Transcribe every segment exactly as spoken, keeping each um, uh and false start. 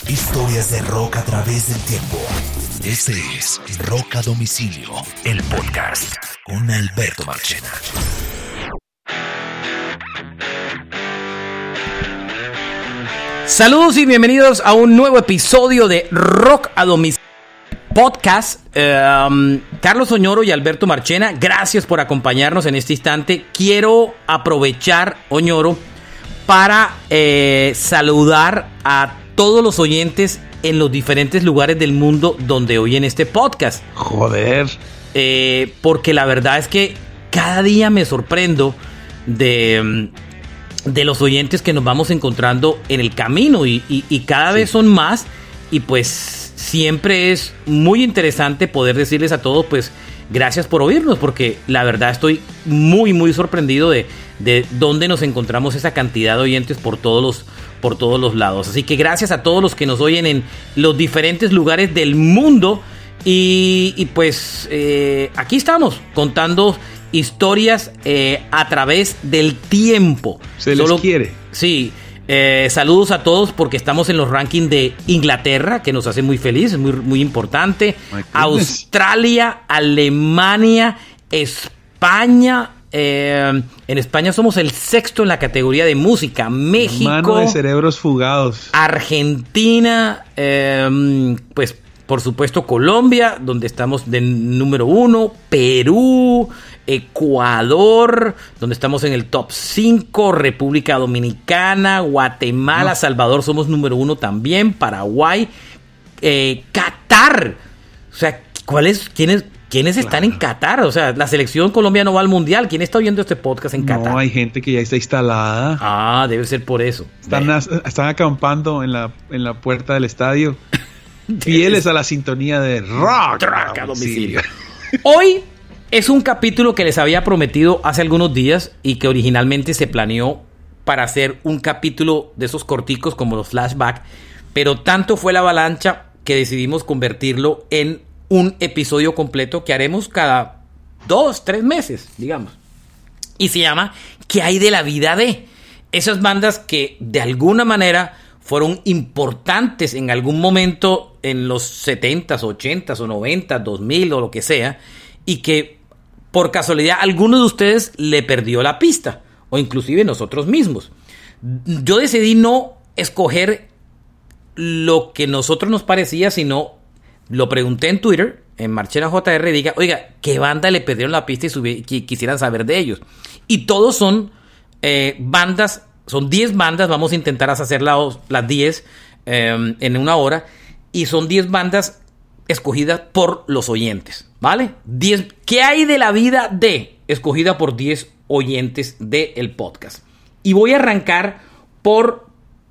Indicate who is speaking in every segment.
Speaker 1: Historias de rock a través del tiempo. Este es Rock a Domicilio, el podcast con Alberto Marchena.
Speaker 2: Saludos y bienvenidos a un nuevo episodio de Rock a Domicilio Podcast. Eh, um, Carlos Oñoro y Alberto Marchena, gracias por acompañarnos en este instante. Quiero aprovechar, Oñoro, para eh, saludar a todos los oyentes en los diferentes lugares del mundo donde oyen este podcast.
Speaker 3: Joder.
Speaker 2: Eh, porque la verdad es que cada día me sorprendo de... de los oyentes que nos vamos encontrando en el camino y, y, y cada vez sí. son más, y pues siempre es muy interesante poder decirles a todos pues gracias por oírnos, porque la verdad estoy muy muy sorprendido de, de dónde nos encontramos esa cantidad de oyentes por todos los, por todos los lados. Así que gracias a todos los que nos oyen en los diferentes lugares del mundo y, y pues eh, aquí estamos contando historias eh, a través del tiempo.
Speaker 3: Se
Speaker 2: Solo,
Speaker 3: les quiere.
Speaker 2: Sí. Eh, saludos a todos porque estamos en los rankings de Inglaterra, que nos hace muy feliz, es muy, muy importante. Australia, Alemania, España. Eh, en España somos el sexto en la categoría de música. México.
Speaker 3: Mano de cerebros fugados.
Speaker 2: Argentina. Eh, pues por supuesto Colombia, donde estamos de número uno. Perú. Ecuador, donde estamos en el top cinco, República Dominicana, Guatemala, no. Salvador somos número uno también, Paraguay, eh, Qatar. O sea, ¿cuáles, quiénes, quiénes claro. están en Qatar? O sea, la selección Colombia no va al mundial. ¿Quién está oyendo este podcast en Qatar?
Speaker 3: No, hay gente que ya está instalada.
Speaker 2: Ah, debe ser por eso.
Speaker 3: Están, a, están acampando en la, en la puerta del estadio, fieles a la sintonía de Rock,
Speaker 2: rock a Domicilio. Hoy es un capítulo que les había prometido hace algunos días y que originalmente se planeó para hacer un capítulo de esos corticos como los flashbacks, pero tanto fue la avalancha que decidimos convertirlo en un episodio completo que haremos cada dos, tres meses, digamos. Y se llama ¿Qué hay de la vida de? Esas bandas que de alguna manera fueron importantes en algún momento en los setentas, ochentas o noventas, dos mil o lo que sea, y que por casualidad alguno de ustedes le perdió la pista, o inclusive nosotros mismos. Yo decidí no escoger lo que nosotros nos parecía, sino lo pregunté en Twitter, en Marchena J R, y diga, oiga, ¿qué banda le perdieron la pista y subi- qu- quisieran saber de ellos? Y todos son eh, bandas, son diez bandas, vamos a intentar hacer las, las diez eh, en una hora, y son diez bandas escogida por los oyentes, ¿vale? diez, ¿qué hay de la vida de? Escogida por diez oyentes del podcast. Y voy a arrancar por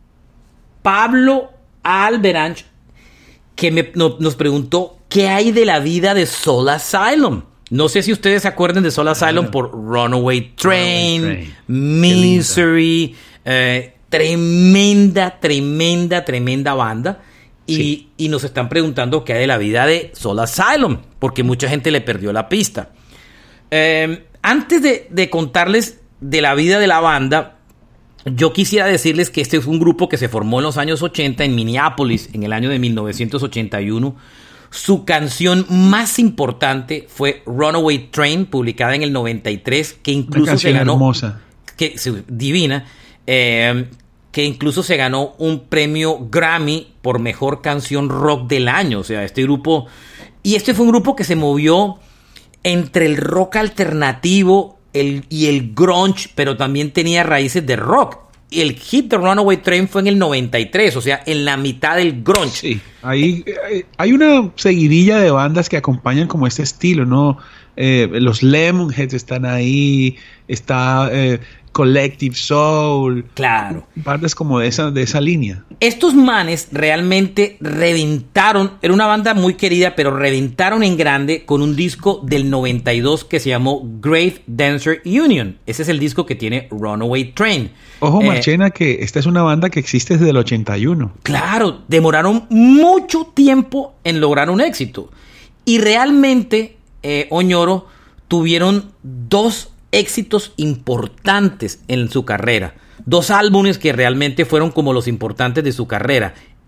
Speaker 2: Pablo Alberanch, que me, no, nos preguntó ¿qué hay de la vida de Soul Asylum? No sé si ustedes se acuerdan de Soul Asylum ah, por Runaway Train, Runaway Train. Misery, eh, tremenda, tremenda, tremenda banda. Y, sí. y nos están preguntando qué hay de la vida de Soul Asylum, porque mucha gente le perdió la pista. Eh, antes de, de contarles de la vida de la banda, yo quisiera decirles que este es un grupo que se formó en los años ochenta en Minneapolis, en el año de mil novecientos ochenta y uno. Su canción más importante fue Runaway Train, publicada en el noventa y tres, que incluso se ganó...
Speaker 3: hermosa.
Speaker 2: Que, divina. Eh... que incluso se ganó un premio Grammy por mejor canción rock del año. O sea, este grupo... Y este fue un grupo que se movió entre el rock alternativo el, y el grunge, pero también tenía raíces de rock. Y el hit de Runaway Train fue en el noventa y tres, o sea, en la mitad del grunge.
Speaker 3: Sí, ahí eh, hay una seguidilla de bandas que acompañan como este estilo, ¿no? Eh, los Lemonheads están ahí, está... Eh, Collective Soul.
Speaker 2: Claro.
Speaker 3: Bandas como de esa, de esa línea.
Speaker 2: Estos manes realmente reventaron. Era una banda muy querida, pero reventaron en grande con un disco del noventa y dos que se llamó Grave Dancer Union. Ese es el disco que tiene Runaway Train.
Speaker 3: Ojo,
Speaker 2: eh,
Speaker 3: Marchena, que esta es una banda que existe desde el ochenta y uno.
Speaker 2: Claro, demoraron mucho tiempo en lograr un éxito. Y realmente, eh, Oñoro, tuvieron dos éxitos importantes en su carrera. Dos álbumes que realmente fueron como los importantes de su carrera.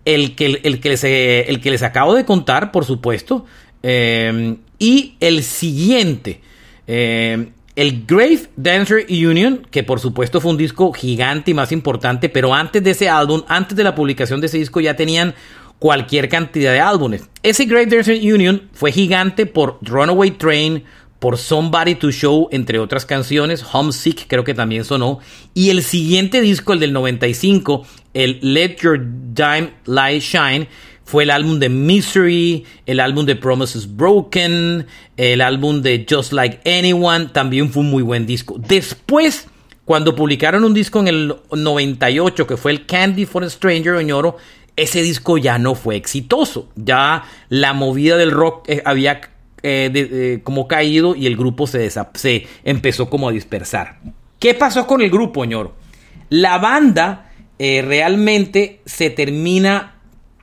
Speaker 2: el que, el que, les, el que les acabo de contar, por supuesto, eh, y el siguiente, eh, el Grave Dancer Union, que por supuesto fue un disco gigante y más importante, pero antes de ese álbum, antes de la publicación de ese disco, ya tenían cualquier cantidad de álbumes. Ese Grave Dancer Union fue gigante por Runaway Train, por Somebody to Show, entre otras canciones. Homesick creo que también sonó. Y el siguiente disco, el del noventa y cinco, el Let Your Dime Light Shine, fue el álbum de Misery, el álbum de Promises Broken, el álbum de Just Like Anyone. También fue un muy buen disco. Después, cuando publicaron un disco en el noventa y ocho, que fue el Candy for a Stranger, Oñoro, ese disco ya no fue exitoso. Ya la movida del rock eh, había Eh, de, de, como caído y el grupo se, desa- se empezó como a dispersar. ¿Qué pasó con el grupo, ñoro? La banda eh, realmente se termina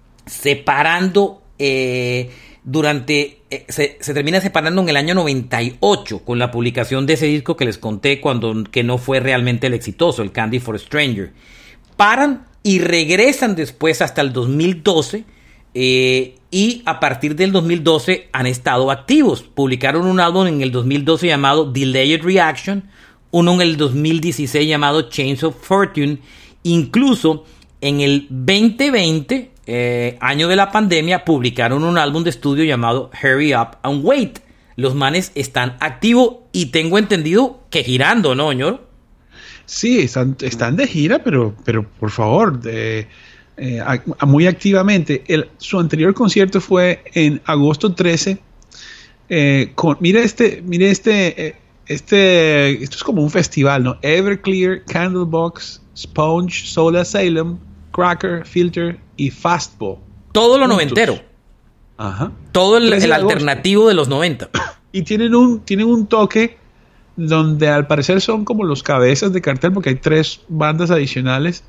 Speaker 2: separando eh, durante eh, se, se termina separando en el año noventa y ocho con la publicación de ese disco que les conté, cuando que no fue realmente el exitoso, el Candy for a Stranger. Paran y regresan después hasta el dos mil doce. Eh, y a partir del dos mil doce han estado activos. Publicaron un álbum en el dos mil doce llamado Delayed Reaction, uno en el dos mil dieciséis llamado Chains of Fortune. Incluso en el veinte veinte, eh, año de la pandemia, publicaron un álbum de estudio llamado Hurry Up and Wait. Los manes están activos y tengo entendido que girando, ¿no, señor?
Speaker 3: Sí, están, están de gira, pero, pero por favor, de... Eh, a, a muy activamente. El, su anterior concierto fue en agosto trece. Eh, con, mire este, mire este, eh, este, esto es como un festival, ¿no? Everclear, Candlebox, Sponge, Soul Asylum, Cracker, Filter y Fastball.
Speaker 2: Todo lo noventero.
Speaker 3: Ajá.
Speaker 2: Todo el, el alternativo de los noventa.
Speaker 3: Y tienen un, tienen un toque donde al parecer son como los cabezas de cartel, porque hay tres bandas adicionales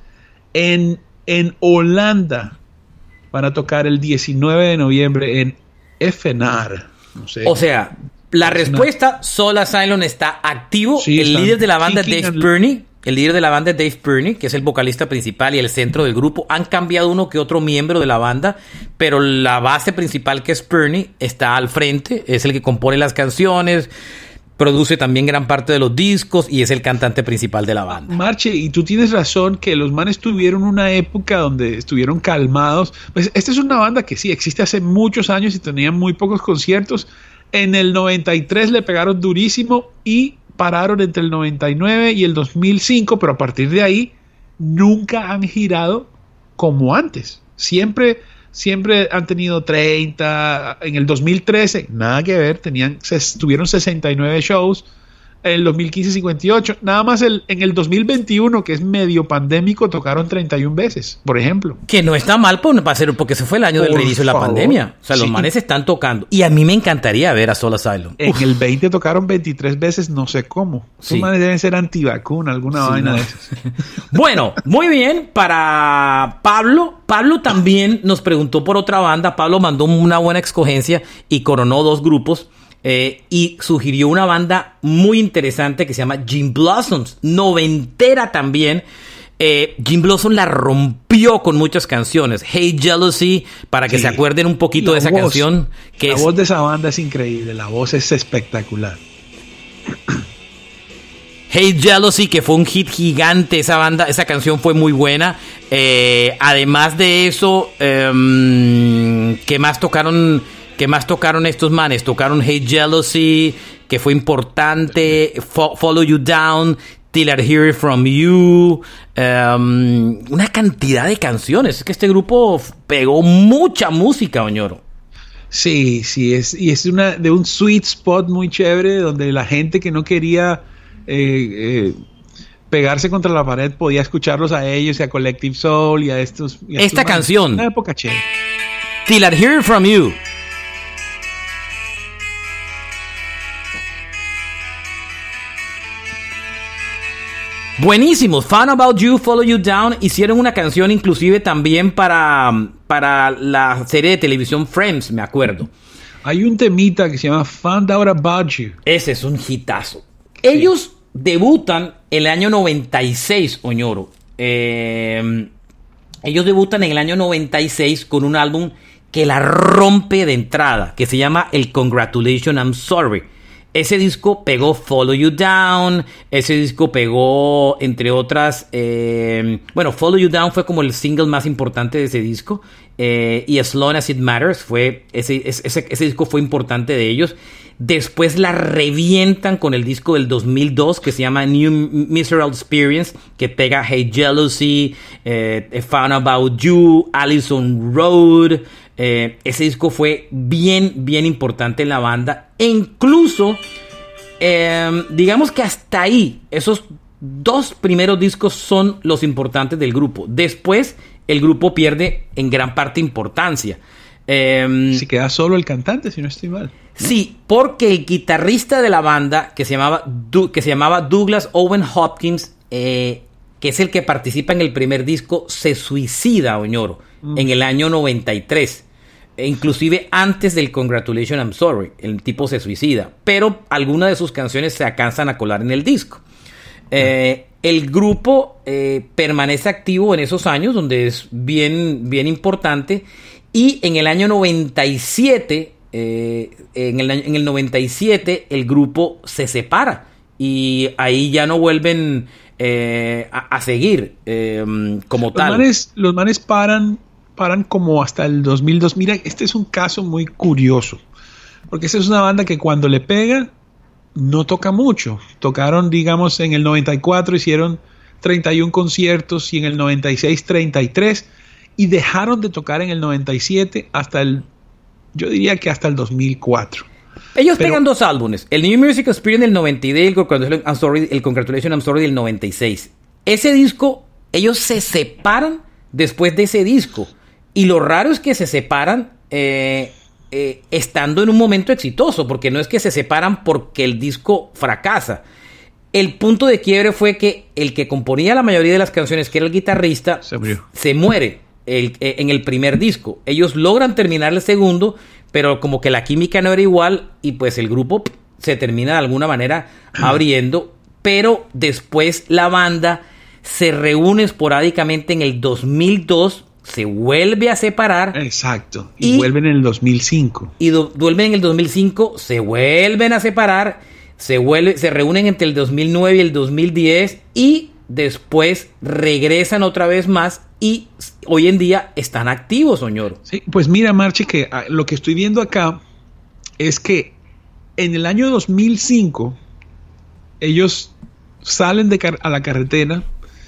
Speaker 3: en En Holanda van a tocar el diecinueve de noviembre en Evenaar. No sé.
Speaker 2: O sea, la respuesta, Soul Asylum está activo.
Speaker 3: Sí,
Speaker 2: el líder de la banda, Dave
Speaker 3: and...
Speaker 2: Pirney, el líder de la banda, Dave Pirney, que es el vocalista principal y el centro del grupo, han cambiado uno que otro miembro de la banda, pero la base principal, que es Pirney, está al frente, es el que compone las canciones, produce también gran parte de los discos y es el cantante principal de la banda.
Speaker 3: Marche, y tú tienes razón que los manes tuvieron una época donde estuvieron calmados. Pues esta es una banda que sí existe hace muchos años y tenían muy pocos conciertos. En el noventa y tres le pegaron durísimo y pararon entre el noventa y nueve y el dos mil cinco, pero a partir de ahí nunca han girado como antes. Siempre... Siempre han tenido treinta. En el dos mil trece, nada que ver, tenían, tuvieron sesenta y nueve shows. En el dos mil quince, cincuenta y ocho. Nada más el, en el dos mil veintiuno, que es medio pandémico, tocaron treinta y una veces, por ejemplo.
Speaker 2: Que no está mal por, para ser, porque ese fue el año por del reinicio favor. de la pandemia. O sea, los sí. manes están tocando. Y a mí me encantaría ver a Soul Asylum.
Speaker 3: En Uf. el veinte tocaron veintitrés veces, no sé cómo. Sí. Los manes deben ser antivacuna, alguna sí, vaina no. de esas.
Speaker 2: Bueno, muy bien. Para Pablo, Pablo también nos preguntó por otra banda. Pablo mandó una buena escogencia y coronó dos grupos. Eh, y sugirió una banda muy interesante que se llama Gin Blossoms, noventera también. eh, Gin Blossoms la rompió con muchas canciones. Hey Jealousy, para que sí. se acuerden un poquito la de esa voz, canción que
Speaker 3: La
Speaker 2: es...
Speaker 3: voz de esa banda es increíble, la voz es espectacular.
Speaker 2: Hey Jealousy, que fue un hit gigante. Esa banda, esa canción fue muy buena. eh, Además de eso, eh, ¿qué más tocaron? ¿Qué más tocaron estos manes? Tocaron Hey Jealousy, que fue importante. Fo- Follow You Down, Till I Hear It From You. Um, una cantidad de canciones. Es que este grupo pegó mucha música, Oñoro.
Speaker 3: Sí, sí, es, y es una de un sweet spot muy chévere, donde la gente que no quería eh, eh, pegarse contra la pared podía escucharlos a ellos y a Collective Soul y a estos. Y a
Speaker 2: Esta
Speaker 3: estos
Speaker 2: canción.
Speaker 3: Una época chévere.
Speaker 2: Till I Hear It From You. Buenísimos. Fun About You, Follow You Down. Hicieron una canción inclusive también para, para la serie de televisión Friends, me acuerdo.
Speaker 3: Hay un temita que se llama Found Out About You.
Speaker 2: Ese es un hitazo. Sí. Ellos debutan el año noventa y seis, Oñoro. Eh, ellos debutan en el año noventa y seis con un álbum que la rompe de entrada, que se llama el Congratulations, I'm Sorry. Ese disco pegó Follow You Down, ese disco pegó, entre otras, eh, bueno, Follow You Down fue como el single más importante de ese disco, eh, y As Long As It Matters, fue, ese, ese, ese disco fue importante de ellos. Después la revientan con el disco del dos mil dos que se llama New Miserable Experience, que pega Hey Jealousy, eh, Found About You, Allison Road. Eh, ese disco fue bien, bien importante en la banda. E incluso, eh, digamos que hasta ahí, esos dos primeros discos son los importantes del grupo. Después, el grupo pierde en gran parte importancia. Eh,
Speaker 3: si queda solo el cantante, si no estoy mal.
Speaker 2: Sí, porque el guitarrista de la banda, que se llamaba, du- que se llamaba Douglas Owen Hopkins, eh, que es el que participa en el primer disco, se suicida, Oñoro, mm. en el año noventa y tres. E inclusive antes del Congratulations, I'm Sorry, el tipo se suicida. Pero algunas de sus canciones se alcanzan a colar en el disco. Eh, el grupo eh, permanece activo en esos años, donde es bien, bien importante. Y en el año noventa y siete, eh, en, el, en el noventa y siete, el grupo se separa. Y ahí ya no vuelven eh, a, a seguir eh, como
Speaker 3: los
Speaker 2: tal.
Speaker 3: Manes, los manes paran... paran como hasta el dos mil dos. Mira, este es un caso muy curioso, porque esta es una banda que cuando le pega no toca mucho. Tocaron, digamos, en el noventa y cuatro hicieron treinta y uno conciertos, y en el noventa y seis treinta y tres, y dejaron de tocar en el noventa y siete hasta el, yo diría que hasta el dos mil cuatro.
Speaker 2: Ellos
Speaker 3: Pero,
Speaker 2: pegan dos álbumes, el New Music Experience del noventa y dos y el Congratulations, I'm Sorry, el Congratulations, I'm Sorry del noventa y seis. Ese disco, ellos se separan después de ese disco. Y lo raro es que se separan eh, eh, estando en un momento exitoso, porque no es que se separan porque el disco fracasa. El punto de quiebre fue que el que componía la mayoría de las canciones, que era el guitarrista,
Speaker 3: se,
Speaker 2: se muere el, eh, en el primer disco. Ellos logran terminar el segundo, pero como que la química no era igual, y pues el grupo se termina de alguna manera abriendo. Pero después la banda se reúne esporádicamente en el dos mil dos, se vuelve a separar.
Speaker 3: Exacto. Y, y vuelven en el dos mil cinco.
Speaker 2: Y do, vuelven en el dos mil cinco, se vuelven a separar, se, vuelve, se reúnen entre el dos mil nueve y el dos mil diez, y después regresan otra vez más, y hoy en día están activos, Oñoro.
Speaker 3: Sí, pues mira, Marche, que a, lo que estoy viendo acá es que en el año dos mil cinco ellos salen de car- a la carretera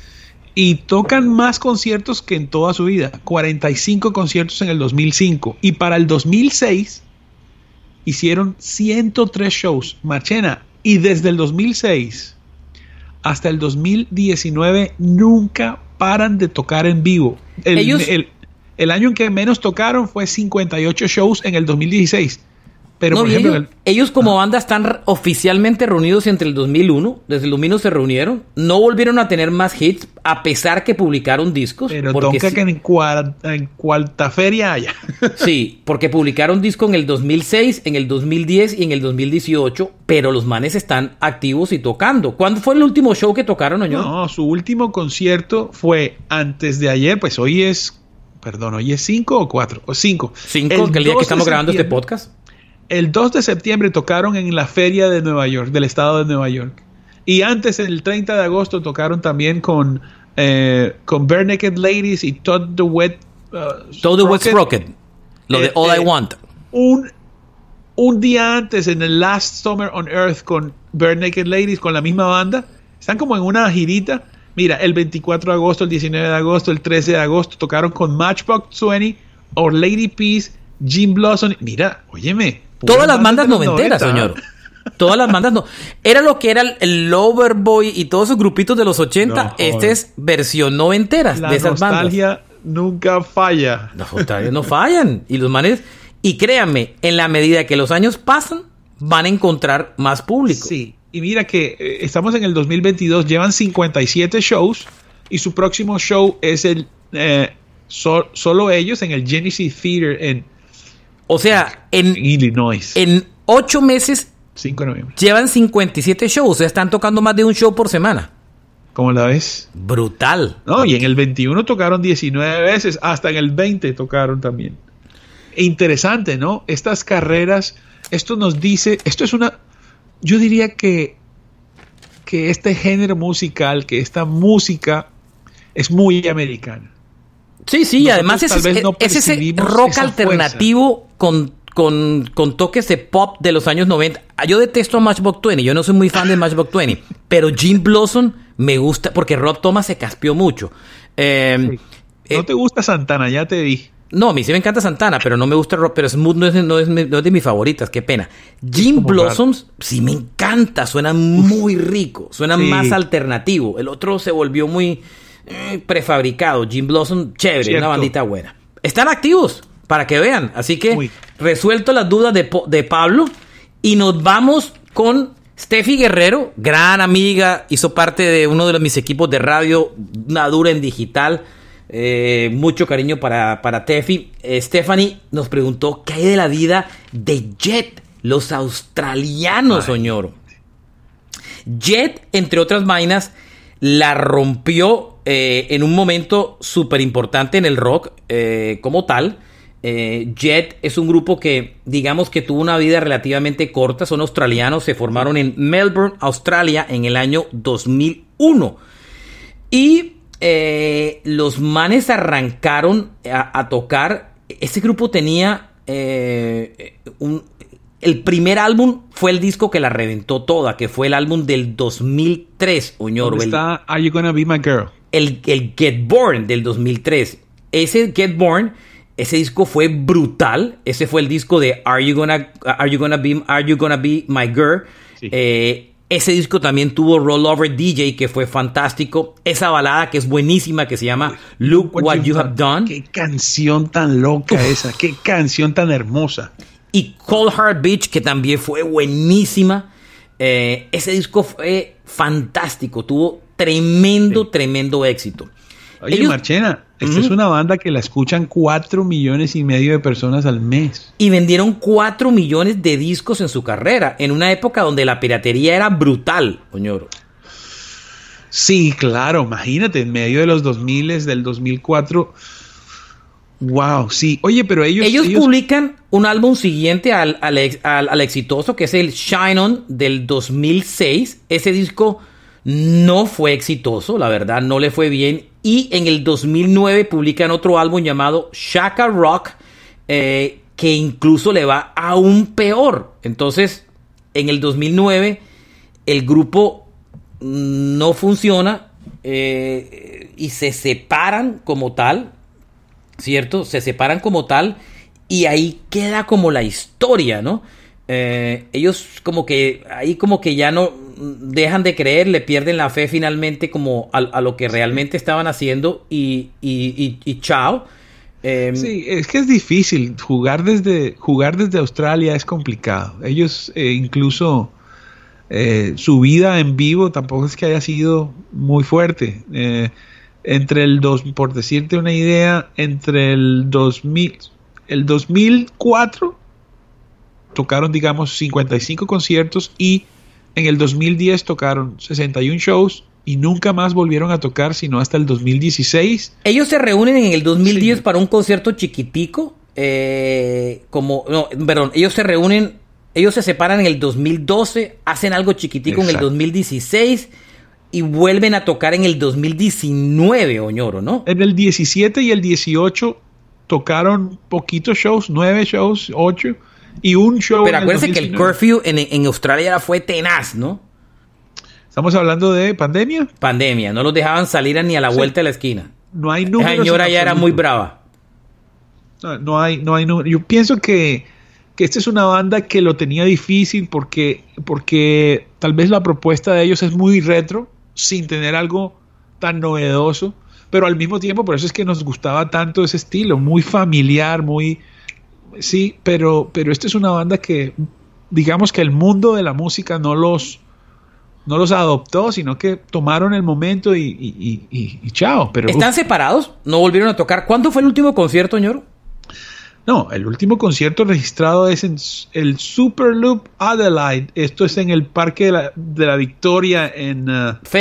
Speaker 3: y tocan más conciertos que en toda su vida. cuarenta y cinco conciertos en el dos mil cinco. Y para el dos mil seis hicieron ciento tres shows. Marchena, y desde el dos mil seis hasta el dos mil diecinueve nunca paran de tocar en vivo. El,
Speaker 2: Ellos...
Speaker 3: el, el año en que menos tocaron fue cincuenta y ocho shows en el dos mil dieciséis. Pero
Speaker 2: no,
Speaker 3: por ejemplo,
Speaker 2: ellos,
Speaker 3: el...
Speaker 2: ellos como banda están oficialmente reunidos entre el dos mil uno. Desde el dos mil uno se reunieron. No volvieron a tener más hits, a pesar que publicaron discos.
Speaker 3: Pero
Speaker 2: porque
Speaker 3: toca
Speaker 2: sí,
Speaker 3: que en, cual, en cualta feria haya.
Speaker 2: Sí, porque publicaron disco en el dos mil seis, en el dos mil diez y en el dos mil dieciocho. Pero los manes están activos y tocando. ¿Cuándo fue el último show que tocaron, Oñoro?
Speaker 3: No, su último concierto fue antes de ayer. Pues hoy es... Perdón, ¿hoy es cinco o cuatro? O cinco.
Speaker 2: Cinco, el, que el día que estamos grabando este podcast.
Speaker 3: El dos de septiembre tocaron en la feria de Nueva York, del estado de Nueva York. Y antes, el treinta de agosto, tocaron también con, eh, con Bare Naked Ladies y Todd the Wet uh,
Speaker 2: Todd the Wet Sprocket. Lo eh, de All eh, I Want.
Speaker 3: Un, un día antes, en el Last Summer on Earth, con Bare Naked Ladies, con la misma banda. Están como en una girita. Mira, el veinticuatro de agosto, el diecinueve de agosto, el trece de agosto, tocaron con Matchbox veinte, Our Lady Peace, Jim Blossom. Mira, óyeme.
Speaker 2: Todas las bandas noventeras, señor. Todas las bandas no. Era lo que era el, el Loverboy y todos esos grupitos de los ochenta. No, este es versión noventeras de esas bandas. La
Speaker 3: nostalgia nunca falla.
Speaker 2: Las nostalgias no fallan. Y los manes... Y créanme, en la medida que los años pasan, van a encontrar más público.
Speaker 3: Sí. Y mira que eh, estamos en el dos mil veintidós. Llevan cincuenta y siete shows. Y su próximo show es el... Eh, so, solo ellos en el Genesee Theater en...
Speaker 2: O sea, en,
Speaker 3: Illinois.
Speaker 2: En ocho meses
Speaker 3: cinco de noviembre.
Speaker 2: Llevan cincuenta y siete shows. O sea, están tocando más de un show por semana.
Speaker 3: ¿Cómo la ves?
Speaker 2: Brutal.
Speaker 3: No, y en el veintiuno tocaron diecinueve veces, hasta en el veinte tocaron también. E interesante, ¿no? Estas carreras, esto nos dice, esto es una, yo diría que, que este género musical, que esta música es muy americana.
Speaker 2: Sí, sí, nosotros además es, es, no es ese rock alternativo con, con, con toques de pop de los años noventa. Yo detesto a Matchbox veinte, yo no soy muy fan de Matchbox veinte, pero Jim Blossom me gusta porque Rob Thomas se caspió mucho. Eh,
Speaker 3: sí. No eh, te gusta Santana, ya te di.
Speaker 2: No, a mí sí me encanta Santana, pero no me gusta Rob, pero Smooth no es, no es, no es de mis favoritas, qué pena. Jim Blossoms raro. Sí me encanta, suena muy rico, suena sí. más alternativo. El otro se volvió muy eh, prefabricado. Jim Blossom, chévere, Cierto. Una bandita buena. Están activos, para que vean. Así que Uy. resuelto las dudas de, de Pablo y nos vamos con Steffi Guerrero, gran amiga, hizo parte de uno de los, mis equipos de radio, una dura en digital. Eh, mucho cariño para, para Tefi. eh, Stephanie nos preguntó ¿qué hay de la vida de Jet? Los australianos, Oñoro. Jet, entre otras vainas, la rompió eh, en un momento súper importante en el rock eh, como tal. eh, Jet es un grupo que digamos que tuvo una vida relativamente corta. Son australianos, se formaron en Melbourne, Australia en el año dos mil uno y Eh, los manes arrancaron a, a tocar. Este grupo tenía eh, un, el primer álbum fue el disco que la reventó toda, que fue el álbum del dos mil tres, Oñoro.
Speaker 3: ¿Dónde está Are You Gonna Be My Girl?
Speaker 2: El, el Get Born del dos mil tres. Ese Get Born, ese disco fue brutal. Ese fue el disco de Are You Gonna, Are You Gonna Be, Are You Gonna Be My Girl? Sí. Eh, Ese disco también tuvo Rollover D J, que fue fantástico. Esa balada que es buenísima, que se llama Look What, What You Have Done.
Speaker 3: Qué canción tan loca Uf. esa. Qué canción tan hermosa.
Speaker 2: Y Cold Heart Beach, que también fue buenísima. Eh, ese disco fue fantástico. Tuvo tremendo, sí. tremendo éxito.
Speaker 3: Oye, Ellos, Marchena, esta uh-huh. es una banda que la escuchan cuatro millones y medio de personas al mes.
Speaker 2: Y vendieron cuatro millones de discos en su carrera, en una época donde la piratería era brutal, Oñoro.
Speaker 3: Sí, claro, imagínate, en medio de los dos mil, del dos mil cuatro. Wow, sí. Oye, pero ellos...
Speaker 2: Ellos, ellos... publican un álbum siguiente al, al, al, al exitoso, que es el Shine On del dos mil seis. Ese disco no fue exitoso, la verdad, no le fue bien. Y en el dos mil nueve publican otro álbum llamado Shaka Rock, eh, que incluso le va aún peor. Entonces, en el dos mil nueve, el grupo no funciona eh, y se separan como tal, ¿cierto? Se separan como tal y ahí queda como la historia, ¿no? Eh, ellos como que ahí como que ya no dejan de creer, le pierden la fe finalmente como a, a lo que realmente estaban haciendo y, y, y, y chao. Eh,
Speaker 3: sí, es que es difícil jugar desde jugar desde Australia, es complicado. Ellos eh, incluso eh, su vida en vivo tampoco es que haya sido muy fuerte. Eh, entre el dos, por decirte una idea, entre el dos mil, el dos mil cuatro tocaron, digamos, cincuenta y cinco conciertos y en el dos mil diez tocaron sesenta y uno shows y nunca más volvieron a tocar sino hasta el dos mil dieciséis.
Speaker 2: Ellos se reúnen en el dos mil diez sí. para un concierto chiquitico, eh, como, no, perdón, ellos se reúnen, ellos se separan en el dos mil doce, hacen algo chiquitico Exacto. en el dos mil dieciséis y vuelven a tocar en el dos mil diecinueve, Oñoro, ¿no?
Speaker 3: En el diecisiete y el dieciocho tocaron poquitos shows, nueve shows, ocho. Y un show.
Speaker 2: Pero acuérdense que el curfew en, en Australia fue tenaz, ¿no?
Speaker 3: ¿Estamos hablando de pandemia?
Speaker 2: Pandemia, no los dejaban salir a ni a la sí. vuelta de la esquina.
Speaker 3: No hay números.
Speaker 2: La señora ya era muy brava.
Speaker 3: No, no hay, no hay números. Yo pienso que, que esta es una banda que lo tenía difícil porque, porque tal vez la propuesta de ellos es muy retro, sin tener algo tan novedoso, pero al mismo tiempo, por eso es que nos gustaba tanto ese estilo, muy familiar, muy... Sí, pero, pero esta es una banda que, digamos que el mundo de la música no los, no los adoptó, sino que tomaron el momento y, y, y, y chao. Pero,
Speaker 2: ¿Están uf. separados? ¿No volvieron a tocar? ¿Cuándo fue el último concierto, Ñoro?
Speaker 3: No, el último concierto registrado es en el Superloop Adelaide. Esto es en el Parque de la, de la Victoria en... Uh,
Speaker 2: Fecha.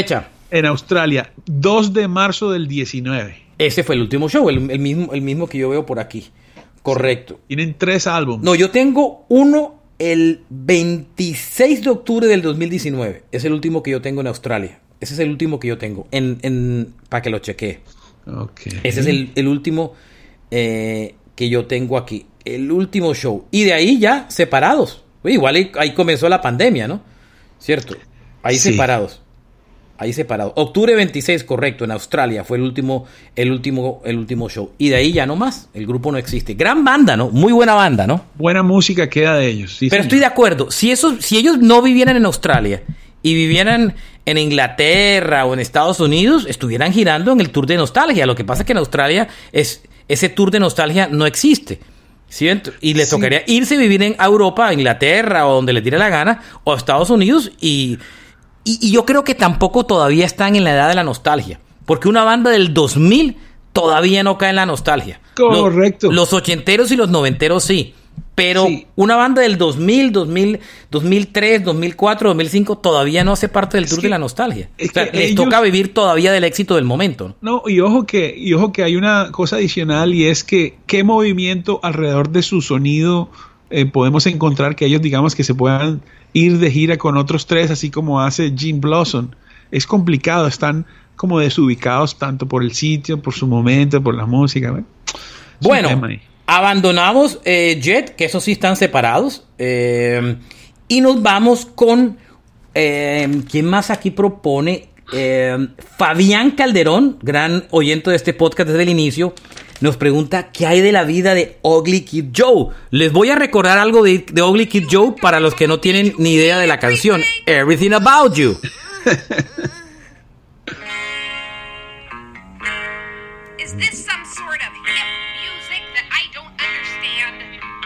Speaker 3: En Australia, dos de marzo del diecinueve.
Speaker 2: Ese fue el último show, el, el, mismo, el mismo que yo veo por aquí. Correcto.
Speaker 3: Sí. Tienen tres álbumes.
Speaker 2: No, yo tengo uno el veintiséis de octubre del dos mil diecinueve. Es el último que yo tengo en Australia. Ese es el último que yo tengo. En, en, para que lo chequee.
Speaker 3: Okay.
Speaker 2: Ese es el, el último eh, que yo tengo aquí. El último show. Y de ahí ya separados. Igual ahí, ahí comenzó la pandemia, ¿no? ¿Cierto? Ahí sí. separados. Ahí separados. Octubre veintiséis, correcto, en Australia fue el último, el último, el último show. Y de ahí ya no más. El grupo no existe. Gran banda, ¿no? Muy buena banda, ¿no?
Speaker 3: Buena música queda de ellos. Sí,
Speaker 2: Pero
Speaker 3: señor.
Speaker 2: estoy de acuerdo. Si, eso, si ellos no vivieran en Australia y vivieran en Inglaterra o en Estados Unidos, estuvieran girando en el Tour de Nostalgia. Lo que pasa es que en Australia es, ese Tour de Nostalgia no existe. ¿Sí? Y les tocaría sí. irse a vivir en Europa, a Inglaterra o donde les tire la gana, o a Estados Unidos. Y, y, y yo creo que tampoco todavía están en la edad de la nostalgia. Porque una banda del dos mil todavía no cae en la nostalgia.
Speaker 3: Correcto.
Speaker 2: Los, los ochenteros y los noventeros sí. Pero sí. una banda del dos mil, dos mil, dos mil tres, dos mil cuatro, dos mil cinco todavía no hace parte del
Speaker 3: es
Speaker 2: tour
Speaker 3: que,
Speaker 2: de la nostalgia.
Speaker 3: Es
Speaker 2: o sea,
Speaker 3: que
Speaker 2: les
Speaker 3: ellos...
Speaker 2: toca vivir todavía del éxito del momento.
Speaker 3: No, y ojo que, y ojo que hay una cosa adicional, y es que qué movimiento alrededor de su sonido eh, podemos encontrar que ellos, digamos, que se puedan ir de gira con otros tres, así como hace Gin Blossom. Es complicado, están como desubicados tanto por el sitio, por su momento, por la música. ¿Ve?
Speaker 2: Bueno, abandonamos eh, Jet, que esos sí están separados, eh, y nos vamos con eh, ¿quién más aquí propone? Eh, Fabián Calderón, gran oyente de este podcast desde el inicio, nos pregunta ¿qué hay de la vida de Ugly Kid Joe? Les voy a recordar algo de, de Ugly Kid Joe para los que no tienen ni idea de la canción Everything About You.
Speaker 4: Is this some sort of hip music that I don't understand?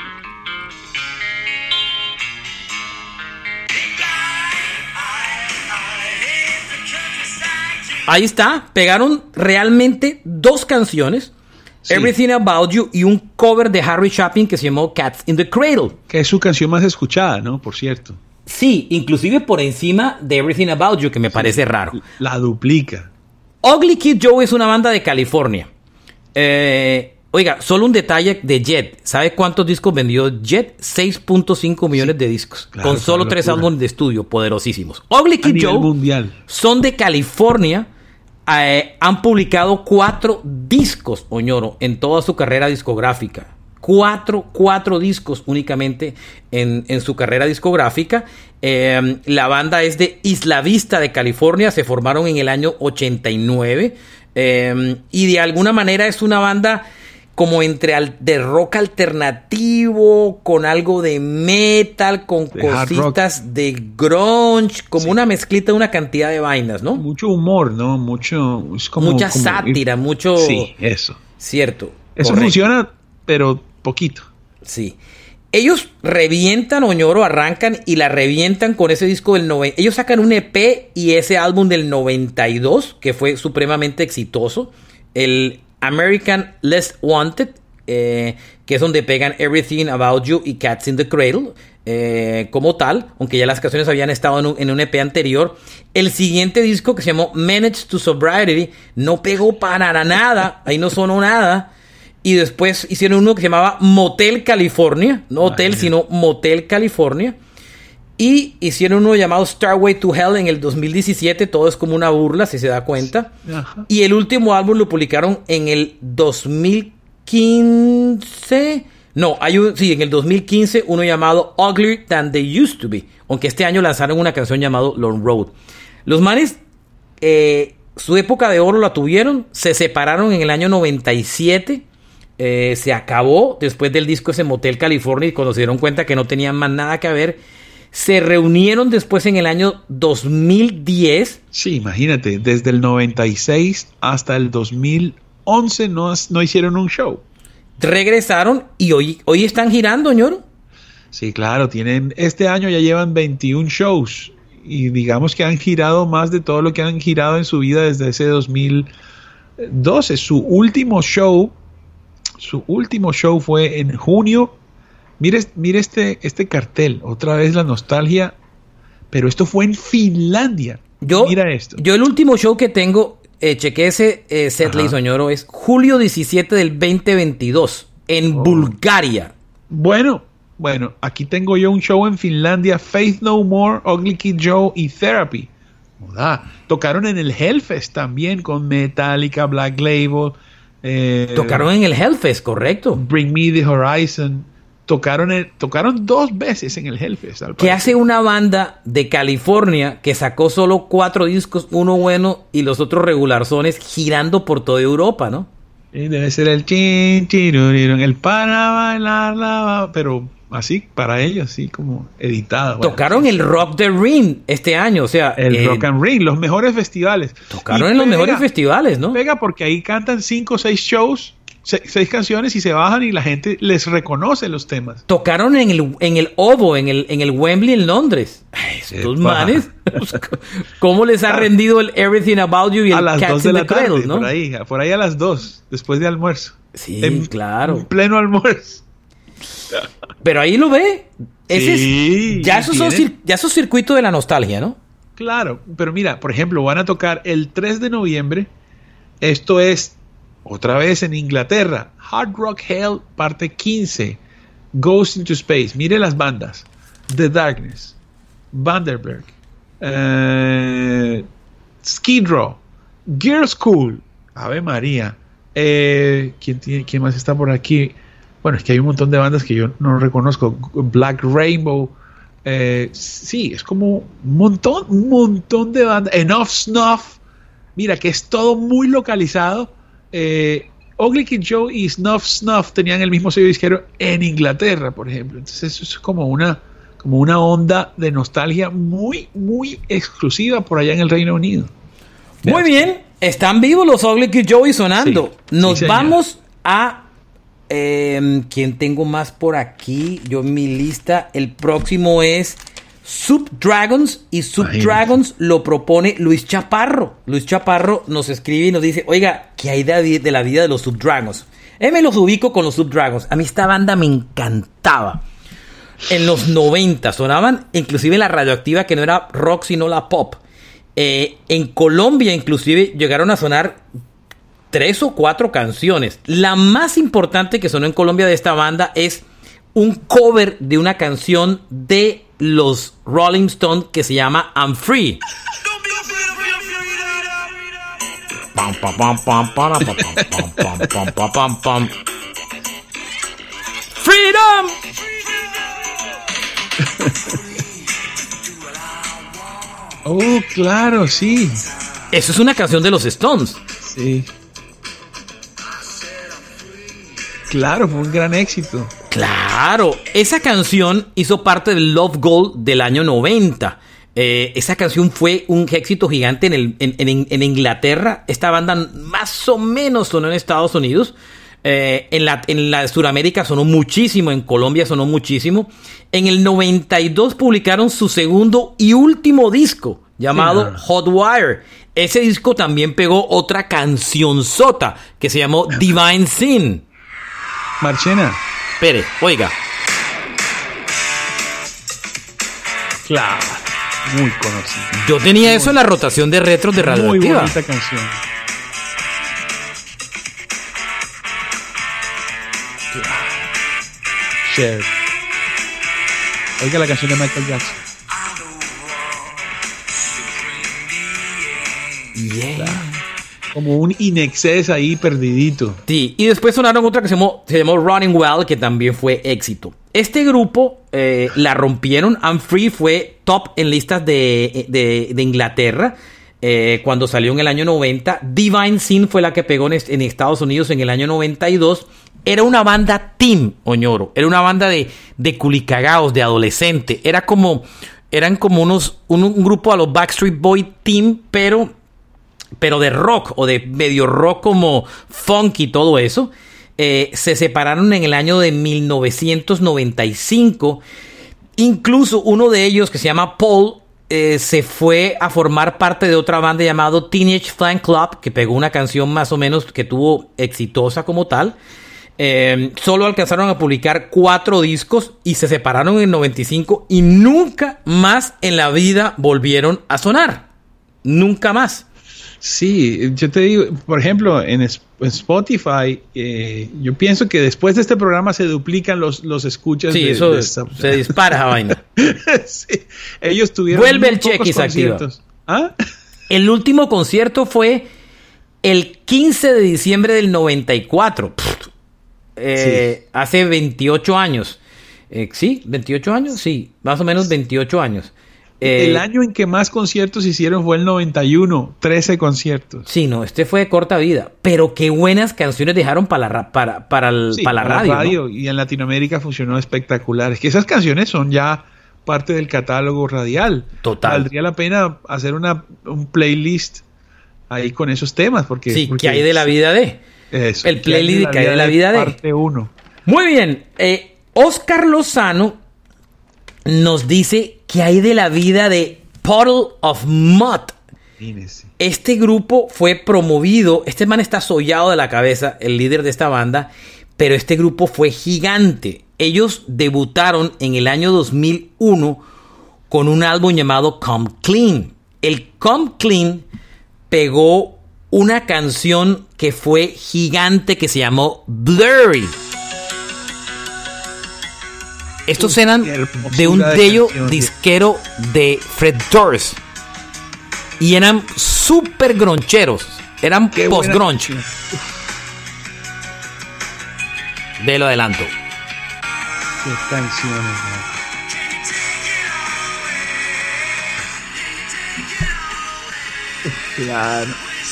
Speaker 2: Ahí está, pegaron realmente dos canciones, sí. Everything About You y un cover de Harry Chapin que se llamó Cats in the Cradle.
Speaker 3: Que es su canción más escuchada, ¿no? Por cierto.
Speaker 2: Sí, inclusive por encima de Everything About You, que me sí, parece raro.
Speaker 3: La duplica.
Speaker 2: Ugly Kid Joe es una banda de California. Eh, oiga, solo un detalle de Jet. ¿Sabe cuántos discos vendió Jet? seis punto cinco millones sí, de discos. Claro, con solo tres álbumes de estudio poderosísimos. Ugly Kid Joe mundial. Son de California. Eh, han publicado cuatro discos, Oñoro, en toda su carrera discográfica. Cuatro, cuatro discos únicamente en, en su carrera discográfica. Eh, la banda es de Isla Vista, de California. Se formaron en el año ochenta y nueve. Eh, y de alguna manera es una banda como entre al, de rock alternativo, con algo de metal, con de cositas de grunge, como sí. una mezclita de una cantidad de vainas, ¿no?
Speaker 3: Mucho humor, ¿no? Mucho, es como,
Speaker 2: mucha
Speaker 3: como
Speaker 2: sátira,
Speaker 3: ir...
Speaker 2: mucho...
Speaker 3: Sí, eso.
Speaker 2: Cierto.
Speaker 3: Eso correcto. Funciona, pero poquito.
Speaker 2: Sí. Ellos revientan, Oñoro, arrancan y la revientan con ese disco del noventa. Ellos sacan un E P y ese álbum del noventa y dos, que fue supremamente exitoso. El American Less Wanted, eh, que es donde pegan Everything About You y Cats in the Cradle, eh, como tal, aunque ya las canciones habían estado en un, en un E P anterior. El siguiente disco, que se llamó Manage to Sobriety, no pegó para nada, ahí no sonó nada. Y después hicieron uno que se llamaba Motel California, no Hotel, Ay, sino Motel California. Y hicieron uno llamado Starway to Hell en el dos mil diecisiete. Todo es como una burla, si se da cuenta. Ajá. Y el último álbum lo publicaron en el dos mil quince. No, hay un, sí, en el dos mil quince uno llamado Uglier Than They Used to Be. Aunque este año lanzaron una canción llamado Long Road. Los manes, eh, su época de oro la tuvieron. Se separaron en el año noventa y siete. Eh, se acabó después del disco ese Motel California. Y cuando se dieron cuenta que no tenían más nada que ver, se reunieron después en el año dos mil diez.
Speaker 3: Sí, imagínate, desde el noventa y seis hasta el dos mil once no, no hicieron un show.
Speaker 2: Regresaron y hoy, hoy están girando, ñoro.
Speaker 3: Sí, claro, tienen, este año ya llevan veintiún shows y digamos que han girado más de todo lo que han girado en su vida desde ese dos mil doce. Su último show, su último show fue en junio. Mire, mire este, este cartel, otra vez la nostalgia, pero esto fue en Finlandia.
Speaker 2: Yo,
Speaker 3: mira esto.
Speaker 2: Yo el último show que tengo, eh, chequé ese eh, setlist, Soñoro, es julio diecisiete del veinte veintidós en oh. Bulgaria.
Speaker 3: Bueno, bueno, aquí tengo yo un show en Finlandia, Faith No More, Ugly Kid Joe y Therapy. Joda, tocaron en el Hellfest también con Metallica, Black Label. Eh,
Speaker 2: tocaron en el Hellfest, correcto.
Speaker 3: Bring Me the Horizon. Tocaron, el, tocaron dos veces en el Hellfest.
Speaker 2: ¿Qué hace una banda de California que sacó solo cuatro discos, uno bueno y los otros regularzones, girando por toda Europa, ¿no?
Speaker 3: Y debe ser el chin, chin, el para bailar, la, pero así, para ellos, así como editado.
Speaker 2: Tocaron
Speaker 3: bueno,
Speaker 2: el Rock the Ring este año, o sea...
Speaker 3: El eh, Rock and Ring, los mejores festivales.
Speaker 2: Tocaron y en los pega, mejores festivales, ¿no?
Speaker 3: Pega porque ahí cantan cinco o seis shows, seis, seis canciones y se bajan y la gente les reconoce los temas.
Speaker 2: Tocaron en el, en el Ovo, en el, en el Wembley en Londres. Ay, estos manes, ¿cómo les ha rendido el Everything About You y el
Speaker 3: a las
Speaker 2: Cats
Speaker 3: dos de
Speaker 2: in
Speaker 3: la
Speaker 2: the
Speaker 3: tarde,
Speaker 2: Cradle, ¿no?
Speaker 3: Por ahí, por ahí a las dos, después de almuerzo.
Speaker 2: Sí,
Speaker 3: en,
Speaker 2: claro.
Speaker 3: En pleno almuerzo.
Speaker 2: Pero ahí lo ve. Ese
Speaker 3: sí,
Speaker 2: es, ya esos son cir- ya esos circuitos de la nostalgia, ¿no?
Speaker 3: Claro, pero mira, por ejemplo, van a tocar el tres de noviembre. Esto es otra vez en Inglaterra. Hard Rock Hell, parte quince. Ghost into Space. Mire las bandas. The Darkness. Vanderberg. Uh, Skid Row. Girl School. Ave María. Eh, ¿quién, tiene, ¿Quién más está por aquí? Bueno, es que hay un montón de bandas que yo no reconozco. Black Rainbow. Eh, sí, es como un montón, un montón de bandas. Enough Snuff. Mira, que es todo muy localizado. Eh, Ugly Kid Joe y Snuff Snuff tenían el mismo sello disquero en Inglaterra, por ejemplo. Entonces eso es como una, como una onda de nostalgia muy, muy exclusiva por allá en el Reino Unido.
Speaker 2: Muy Vean. Bien, están vivos los Ugly Kid Joe sonando. Sí, Nos sí, vamos a... Eh, ¿Quién tengo más por aquí? Yo en mi lista, el próximo es Subdragons, y Subdragons lo propone Luis Chaparro. Luis Chaparro nos escribe y nos dice: oiga, ¿qué hay de, de la vida de los Subdragons? Eh, me los ubico con los Subdragons. A mí esta banda me encantaba. En los noventa sonaban inclusive la radioactiva, que no era rock sino la pop. Eh, en Colombia inclusive llegaron a sonar tres o cuatro canciones. La más importante que sonó en Colombia de esta banda es un cover de una canción de los Rolling Stones que se llama I'm Free. Pam, pam, pam, pam, pam, pam, pam, pam, pam, pam, pam. Freedom.
Speaker 3: Oh, claro, sí.
Speaker 2: Eso es una canción de los Stones.
Speaker 3: Sí. Claro, fue un gran éxito.
Speaker 2: Claro, esa canción hizo parte del Love Gold del año noventa. Eh, esa canción fue un éxito gigante en, el, en, en, en Inglaterra. Esta banda más o menos sonó en Estados Unidos. Eh, en, la, en la Sudamérica sonó muchísimo, en Colombia sonó muchísimo. En el noventa y dos publicaron su segundo y último disco, llamado sí, no. Hot Wire. Ese disco también pegó otra cancionzota que se llamó Divine Sin.
Speaker 3: Marchena.
Speaker 2: Espere, oiga.
Speaker 3: Claro, muy conocido.
Speaker 2: Yo tenía muy eso en la rotación de retros de Radioactiva.
Speaker 3: Muy bonita canción. Cher. Oiga la canción de Michael Jackson.
Speaker 2: Yeah.
Speaker 3: Claro. Como un inexcess ahí perdidito.
Speaker 2: Sí, y después sonaron otra que se llamó, se llamó Running Wild, que también fue éxito. Este grupo eh, la rompieron. I'm Free fue top en listas de, de, de Inglaterra eh, cuando salió en el año noventa. Divine Sin fue la que pegó en, en Estados Unidos en el año noventa y dos. Era una banda teen, Oñoro. Era una banda de, de culicagaos, de adolescente. Era como, eran como unos, un, un grupo a los Backstreet Boy teen, pero... pero de rock o de medio rock como funk y todo eso. Eh, se separaron en el año de mil novecientos noventa y cinco. Incluso uno de ellos, que se llama Paul, eh, se fue a formar parte de otra banda llamado Teenage Fan Club, que pegó una canción más o menos que tuvo exitosa como tal. Eh, solo alcanzaron a publicar cuatro discos y se separaron en el noventa y cinco y nunca más en la vida volvieron a sonar. nunca más.
Speaker 3: Sí, yo te digo, por ejemplo, en Spotify, eh, yo pienso que después de este programa se duplican los, los escuchas.
Speaker 2: Sí,
Speaker 3: de,
Speaker 2: eso
Speaker 3: de
Speaker 2: esta... se dispara esa vaina.
Speaker 3: Sí, ellos tuvieron
Speaker 2: Vuelve el cheque y se activa.
Speaker 3: ¿Ah?
Speaker 2: El último concierto fue el quince de diciembre del noventa y cuatro. Pff, eh, sí. Hace veintiocho años. Eh, ¿Sí? ¿veintiocho años? Sí, más o menos veintiocho años. Eh,
Speaker 3: el año en que más conciertos hicieron fue el noventa y uno, trece conciertos.
Speaker 2: Sí, no, este fue de corta vida, pero qué buenas canciones dejaron para la, para, para el,
Speaker 3: sí,
Speaker 2: para la
Speaker 3: para
Speaker 2: radio.
Speaker 3: La radio
Speaker 2: ¿no?
Speaker 3: Y en Latinoamérica funcionó espectacular. Es que esas canciones son ya parte del catálogo radial.
Speaker 2: Total.
Speaker 3: Valdría la pena hacer una un playlist ahí con esos temas. Porque,
Speaker 2: sí,
Speaker 3: porque
Speaker 2: ¿qué hay de la vida de?
Speaker 3: Eso,
Speaker 2: el playlist que hay de la vida de.
Speaker 3: Parte uno.
Speaker 2: Muy bien, eh, Oscar Lozano nos dice que hay de la vida de Puddle of Mudd. Este grupo fue promovido, este man está sollado de la cabeza, el líder de esta banda, pero este grupo fue gigante. Ellos debutaron en el año dos mil uno con un álbum llamado Come Clean. El Come Clean pegó una canción que fue gigante que se llamó Blurry. Estos eran de un sello de disquero de Fred Durst. Y eran súper groncheros. Eran post-grunge. De lo adelanto.
Speaker 3: Qué canciones, man. Claro.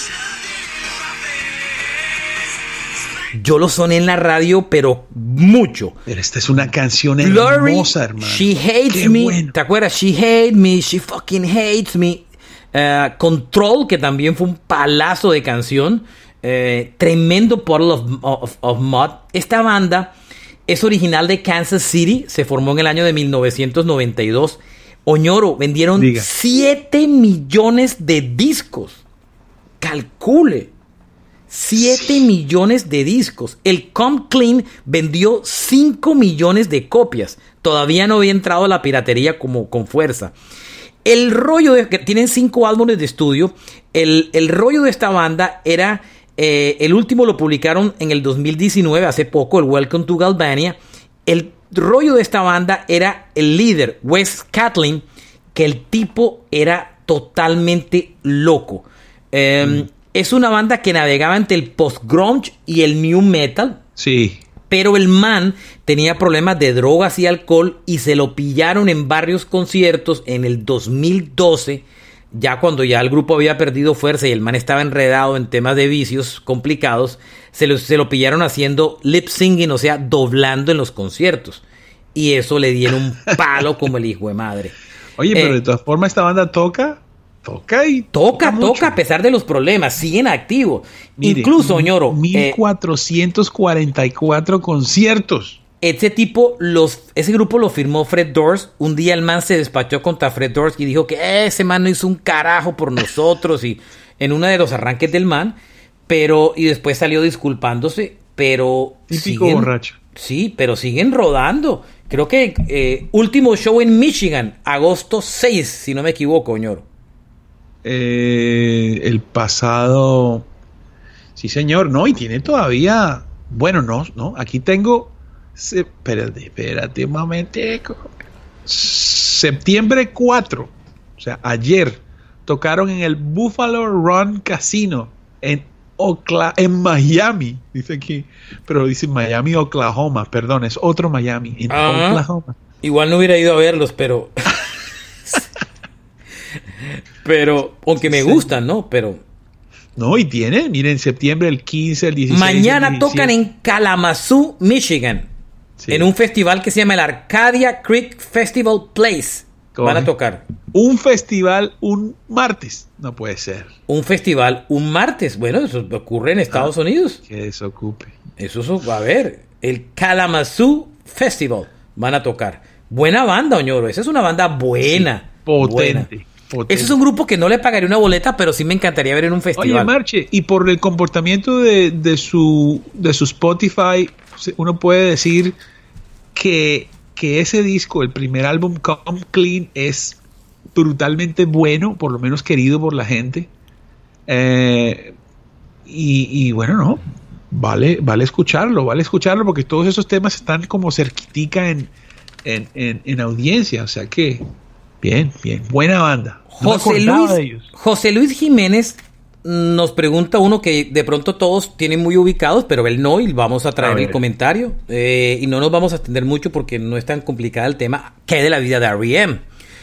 Speaker 2: Yo lo soné en la radio, pero mucho.
Speaker 3: Pero esta es una canción
Speaker 2: Blurry,
Speaker 3: hermosa, hermano.
Speaker 2: She Hates
Speaker 3: Qué
Speaker 2: Me.
Speaker 3: bueno.
Speaker 2: ¿Te acuerdas? She Hates Me. She Fucking Hates Me. Uh, Control, que también fue un palazo de canción. Uh, tremendo Puddle of, of, of Mudd. Esta banda es original de Kansas City. Se formó en el año de mil novecientos noventa y dos. Oñoro, vendieron siete millones de discos. Calcule. siete sí. millones de discos. El Come Clean vendió cinco millones de copias. Todavía no había entrado la piratería como con fuerza. El rollo de que tienen cinco álbumes de estudio. El, el rollo de esta banda era eh, el último lo publicaron en el dos mil diecinueve, hace poco, el Welcome to Galvania. El rollo de esta banda era el líder, Wes Catlin, que el tipo era totalmente loco. Eh, mm. Es una banda que navegaba entre el post-grunge y el new metal.
Speaker 3: Sí.
Speaker 2: Pero el man tenía problemas de drogas y alcohol y se lo pillaron en varios conciertos en el dos mil doce, ya cuando ya el grupo había perdido fuerza y el man estaba enredado en temas de vicios complicados. Se lo, se lo pillaron haciendo lip singing, o sea, doblando en los conciertos. Y eso le dieron un palo como el hijo de madre.
Speaker 3: Oye, pero
Speaker 2: eh,
Speaker 3: de todas formas esta banda toca... Toca y
Speaker 2: toca, toca,
Speaker 3: toca
Speaker 2: a pesar de los problemas, siguen activos.
Speaker 3: Mire,
Speaker 2: Incluso, Ñoro,
Speaker 3: mil cuatrocientos cuarenta y cuatro eh, conciertos.
Speaker 2: Ese tipo, los, ese grupo lo firmó Fred Durst. Un día el man se despachó contra Fred Durst y dijo que ese man no hizo un carajo por nosotros y en uno de los arranques del man, pero y después salió disculpándose, pero
Speaker 3: típico
Speaker 2: siguen,
Speaker 3: borracho.
Speaker 2: Sí, pero siguen rodando. Creo que eh, último show en Michigan, agosto seis, si no me equivoco, Ñoro.
Speaker 3: Eh, el pasado, sí señor, no, y tiene todavía, bueno, no, no, aquí tengo, se, espérate, espérate un momentico, septiembre cuatro, o sea, ayer, tocaron en el Buffalo Run Casino, en Ocla- en Miami, dice aquí, pero dice Miami, Oklahoma, perdón, es otro Miami, en
Speaker 2: ah,
Speaker 3: Oklahoma.
Speaker 2: Igual no hubiera ido a verlos, pero... Pero, aunque me gustan, ¿no? Pero...
Speaker 3: No, y tiene, miren, en septiembre, el quince, el dieciséis...
Speaker 2: Mañana
Speaker 3: el
Speaker 2: tocan en Kalamazoo, Michigan. Sí. En un festival que se llama el Arcadia Creek Festival Place. Coge. Van a tocar.
Speaker 3: Un festival un martes. No puede ser.
Speaker 2: Un festival un martes. Bueno, eso ocurre en Estados ah, Unidos.
Speaker 3: Que desocupe.
Speaker 2: Eso va a ver. El Kalamazoo Festival. Van a tocar. Buena banda, Oñoro. Esa es una banda buena.
Speaker 3: Sí, potente.
Speaker 2: Buena. Ese es un grupo que no le pagaría una boleta, pero sí me encantaría ver en un festival.
Speaker 3: Oye, Marche, y por el comportamiento de, de su de su Spotify, uno puede decir que, que ese disco, el primer álbum, Come Clean, es brutalmente bueno, por lo menos querido por la gente. Eh, y, y bueno, no, vale, vale escucharlo, vale escucharlo porque todos esos temas están como cerquitica en, en, en, en audiencia, o sea que bien, bien, buena banda. No
Speaker 2: José Luis, José Luis Jiménez nos pregunta uno que de pronto todos tienen muy ubicados, pero él no, y vamos a traer a el comentario. Eh, y no nos vamos a extender mucho porque no es tan complicado el tema. ¿Qué hay de la vida de R E M?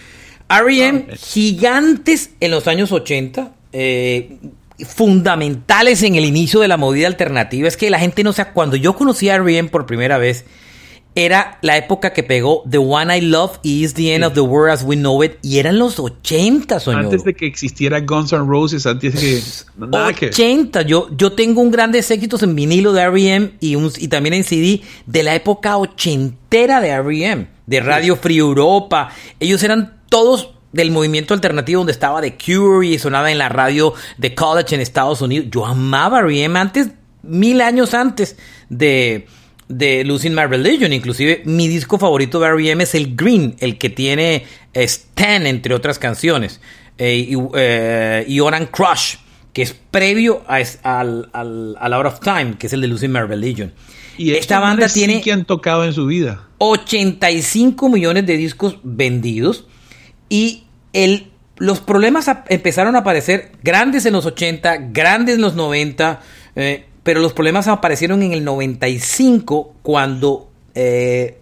Speaker 2: R E M, ah, gigantes en los años ochenta, eh, fundamentales en el inicio de la movida alternativa. Es que la gente no sabe, cuando yo conocí a R E M por primera vez, era la época que pegó The One I Love y Is the End sí. of the World as We Know It, y eran los ochenta, soñó.
Speaker 3: Antes de que existiera Guns N' Roses, antes de que...
Speaker 2: Nada ochenta, que... yo, yo tengo un grandes éxitos en vinilo de R E M y, un, y también en C D de la época ochentera de R E M, de Radio Free Europa. Ellos eran todos del movimiento alternativo donde estaba The Cure y sonaba en la radio de college en Estados Unidos. Yo amaba R E M antes, mil años antes de... de Losing My Religion. Inclusive mi disco favorito de R E M es el Green, el que tiene eh, Stan entre otras canciones, eh, y, eh, y Oran Crush, que es previo a, al, al, al Out of Time, que es el de Losing My Religion.
Speaker 3: Y esta banda tiene sí que han tocado en su vida
Speaker 2: ochenta y cinco millones de discos vendidos, y el, los problemas a, empezaron a aparecer grandes en los ochenta, grandes en los noventa, eh, pero los problemas aparecieron en el noventa y cinco cuando eh,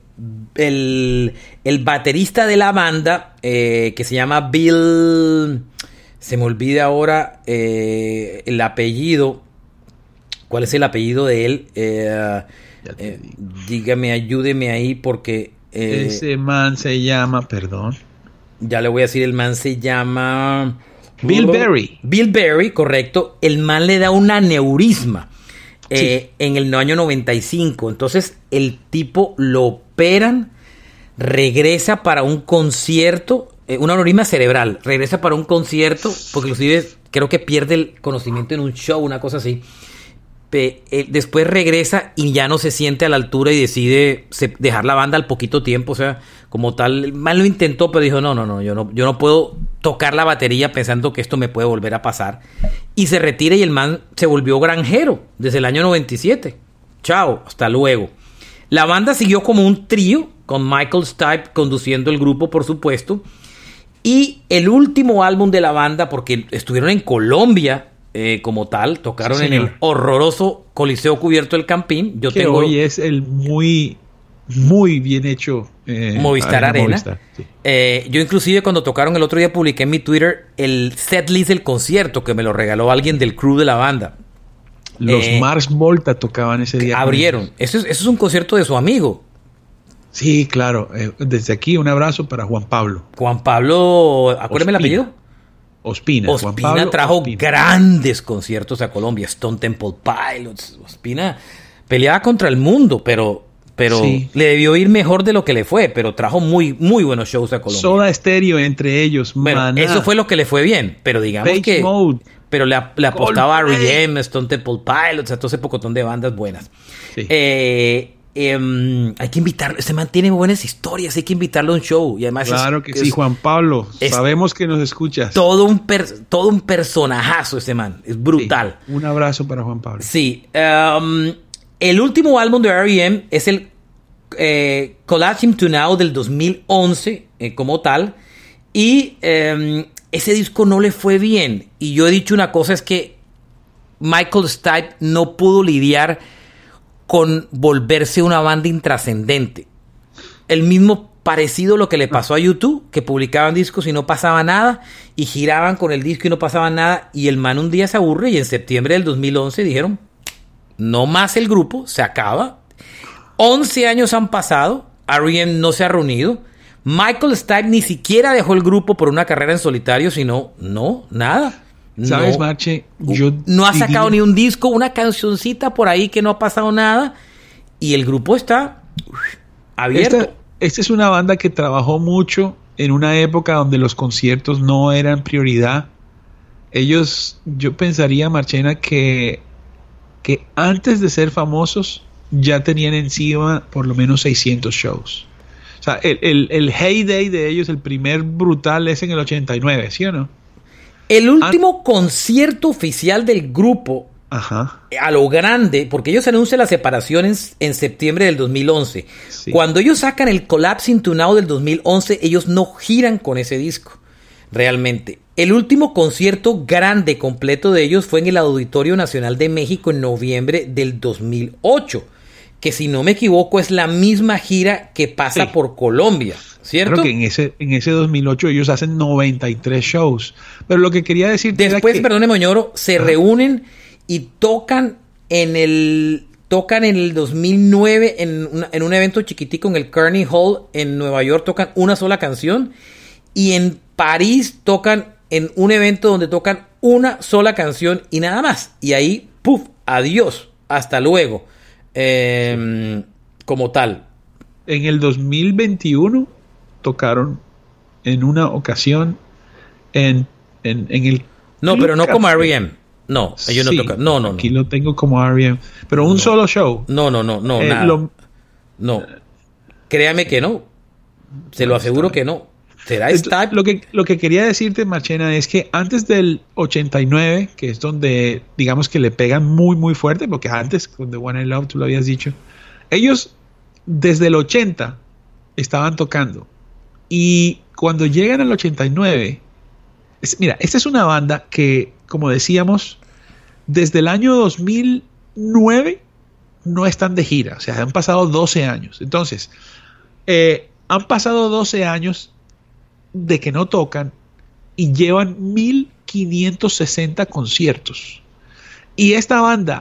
Speaker 2: el, el baterista de la banda, eh, que se llama Bill, se me olvida ahora eh, el apellido, ¿cuál es el apellido de él? Eh, eh, dígame, ayúdeme ahí porque...
Speaker 3: Eh, ese man se llama, perdón.
Speaker 2: Ya le voy a decir, el man se llama...
Speaker 3: Bill Berry.
Speaker 2: Bill Berry, correcto. El man le da un aneurisma. Eh, sí. En el año noventa y cinco. Entonces el tipo lo operan, regresa para un concierto, eh, un aneurisma cerebral, regresa para un concierto, porque inclusive creo que pierde el conocimiento en un show, una cosa así. Pe, eh, después regresa y ya no se siente a la altura y decide se, dejar la banda al poquito tiempo. O sea, como tal, el man lo intentó, pero dijo, no, no, no, yo no, yo no puedo tocar la batería pensando que esto me puede volver a pasar. Y se retira y el man se volvió granjero desde el año noventa y siete. Chao, hasta luego. La banda siguió como un trío, con Michael Stipe conduciendo el grupo, por supuesto. Y el último álbum de la banda, porque estuvieron en Colombia, Eh, como tal, tocaron sí, en el horroroso Coliseo Cubierto del Campín. Yo
Speaker 3: que
Speaker 2: tengo
Speaker 3: hoy es el muy, muy bien hecho
Speaker 2: eh, Movistar Arena. Movistar, sí. eh, yo inclusive cuando tocaron el otro día publiqué en mi Twitter el setlist del concierto que me lo regaló alguien del crew de la banda.
Speaker 3: Los eh, Mars Volta tocaban ese día.
Speaker 2: Abrieron. Eso es, eso es un concierto de su amigo.
Speaker 3: Sí, claro. Eh, desde aquí un abrazo para Juan Pablo.
Speaker 2: Juan Pablo, acuérdeme el apellido.
Speaker 3: Ospina.
Speaker 2: Ospina
Speaker 3: Juan Pablo
Speaker 2: trajo
Speaker 3: Ospina.
Speaker 2: Grandes conciertos a Colombia. Stone Temple Pilots. Ospina peleaba contra el mundo, pero, pero sí. le debió ir mejor de lo que le fue. Pero trajo muy, muy buenos shows a Colombia.
Speaker 3: Soda Stereo entre ellos.
Speaker 2: Bueno, Maná. Eso fue lo que le fue bien. Pero digamos
Speaker 3: Page
Speaker 2: que...
Speaker 3: Mode.
Speaker 2: Pero le, le apostaba a R E M, Stone Temple Pilots, a todo ese pocotón de bandas buenas. Sí. Eh... Um, hay que invitarlo, este man tiene buenas historias, hay que invitarlo a un show. Y además
Speaker 3: claro
Speaker 2: es,
Speaker 3: que es, sí, Juan Pablo, sabemos que nos escuchas.
Speaker 2: Todo un, per, todo un personajazo este man, es brutal.
Speaker 3: Sí, un abrazo para Juan Pablo.
Speaker 2: Sí, um, el último álbum de R E M es el eh, Collage Him to Now del dos mil once, eh, como tal. Y um, ese disco no le fue bien. Y yo he dicho una cosa, es que Michael Stipe no pudo lidiar con volverse una banda intrascendente. El mismo parecido a lo que le pasó a YouTube, que publicaban discos y no pasaba nada, y giraban con el disco y no pasaba nada, y el man un día se aburre, y en septiembre del dos mil once dijeron, no más el grupo, se acaba. once años han pasado, R E M no se ha reunido, Michael Stipe ni siquiera dejó el grupo por una carrera en solitario, sino, no, nada.
Speaker 3: ¿Sabes,
Speaker 2: no,
Speaker 3: Marche? Yo
Speaker 2: no ha sacado
Speaker 3: diría...
Speaker 2: ni un disco, una cancioncita por ahí que no ha pasado nada. Y el grupo está uf, abierto.
Speaker 3: Esta, esta es una banda que trabajó mucho en una época donde los conciertos no eran prioridad. Ellos, yo pensaría, Marchena, que, que antes de ser famosos ya tenían encima por lo menos seiscientos shows. O sea, el, el, el heyday de ellos, el primer brutal es en el ochenta y nueve, ¿sí o no?
Speaker 2: El último ah. concierto oficial del grupo,
Speaker 3: ajá,
Speaker 2: a lo grande, porque ellos anuncian la separación en, en septiembre del dos mil once. Sí. Cuando ellos sacan el Collapsing to Now del dos mil once, ellos no giran con ese disco, realmente. El último concierto grande completo de ellos fue en el Auditorio Nacional de México en noviembre del dos mil ocho, que si no me equivoco es la misma gira que pasa sí. por Colombia, ¿cierto?
Speaker 3: Creo que en ese, en ese dos mil ocho ellos hacen noventa y tres shows. Pero lo que quería decir
Speaker 2: después,
Speaker 3: era que...
Speaker 2: perdóneme, Moñoro, se ah. reúnen y tocan en el tocan en el dos mil nueve en, una, en un evento chiquitico en el Carnegie Hall en Nueva York, tocan una sola canción, y en París tocan en un evento donde tocan una sola canción y nada más. Y ahí, ¡puf! Adiós, hasta luego. Eh, sí. Como tal.
Speaker 3: En el dos mil veintiuno tocaron en una ocasión en, en, en el...
Speaker 2: No, pero no Café. Como R E M. No, ellos sí, no tocan. No, no,
Speaker 3: aquí
Speaker 2: no.
Speaker 3: lo tengo como R E M. Pero un
Speaker 2: no.
Speaker 3: solo show.
Speaker 2: No, no, no, no,
Speaker 3: eh,
Speaker 2: nada.
Speaker 3: Lo...
Speaker 2: No. Créame que no. Se lo aseguro que no. ¿Será esta?
Speaker 3: Lo que, lo que quería decirte, Marchena, es que antes del ochenta y nueve, que es donde, digamos que le pegan muy, muy fuerte, porque antes, con The One I Love, tú lo habías dicho, ellos desde el ochenta estaban tocando. Y cuando llegan al ochenta y nueve, es, mira, esta es una banda que, como decíamos, desde el año dos mil nueve no están de gira. O sea, han pasado doce años. Entonces, eh, han pasado doce años de que no tocan y llevan mil quinientos sesenta conciertos. Y esta banda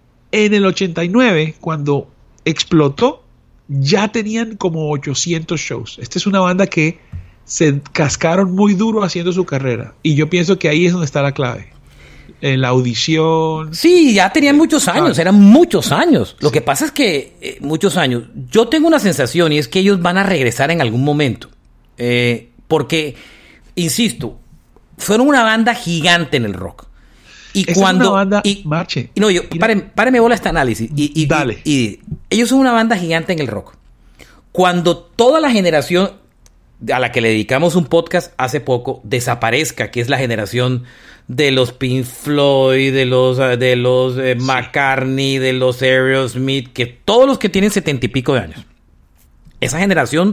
Speaker 3: en el ochenta y nueve, cuando explotó, ya tenían como ochocientos shows. Esta es una banda que se cascaron muy duro haciendo su carrera, y yo pienso que ahí es donde está la clave. En la audición.
Speaker 2: Sí, ya tenían muchos años, eran muchos años. Lo que pasa es que eh, muchos años. Yo tengo una sensación, y es que ellos van a regresar en algún momento. Eh, porque, insisto, fueron una banda gigante en el rock. Y
Speaker 3: Esa
Speaker 2: cuando.
Speaker 3: Es una banda,
Speaker 2: y,
Speaker 3: marche.
Speaker 2: Y no, yo, páreme, páreme bola este análisis. Y, y,
Speaker 3: Dale.
Speaker 2: Y, y ellos son una banda gigante en el rock. Cuando toda la generación a la que le dedicamos un podcast hace poco desaparezca, que es la generación de los Pink Floyd, de los, de los eh, sí. McCartney, de los Aerosmith, que todos los que tienen setenta y pico de años. Esa generación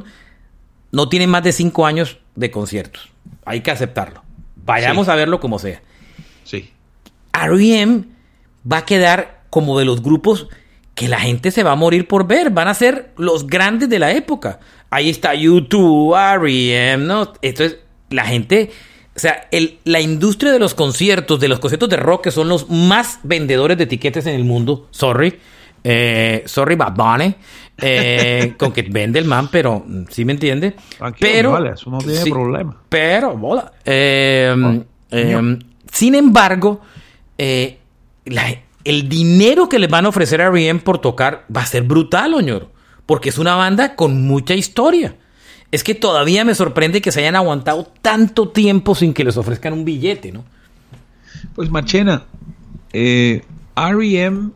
Speaker 2: no tiene más de cinco años de conciertos. Hay que aceptarlo. Vayamos sí. a verlo como sea.
Speaker 3: Sí.
Speaker 2: R E M va a quedar como de los grupos que la gente se va a morir por ver. Van a ser los grandes de la época. Ahí está U dos, R E M, ¿no? Entonces, la gente... O sea, el, la industria de los conciertos, de los conciertos de rock, que son los más vendedores de etiquetas en el mundo. Sorry. Eh, sorry, Bad Bunny. Eh, con que vende el man, pero sí me entiende.
Speaker 3: Tranquilo,
Speaker 2: pero
Speaker 3: vale, eso no tiene sí, problema.
Speaker 2: Pero, bola. Eh,
Speaker 3: oh,
Speaker 2: eh, sin embargo, eh, la, el dinero que les van a ofrecer a R E M por tocar va a ser brutal, Oñoro. Porque es una banda con mucha historia. Es que todavía me sorprende que se hayan aguantado tanto tiempo sin que les ofrezcan un billete, ¿no?
Speaker 3: Pues, Marchena, eh, R E M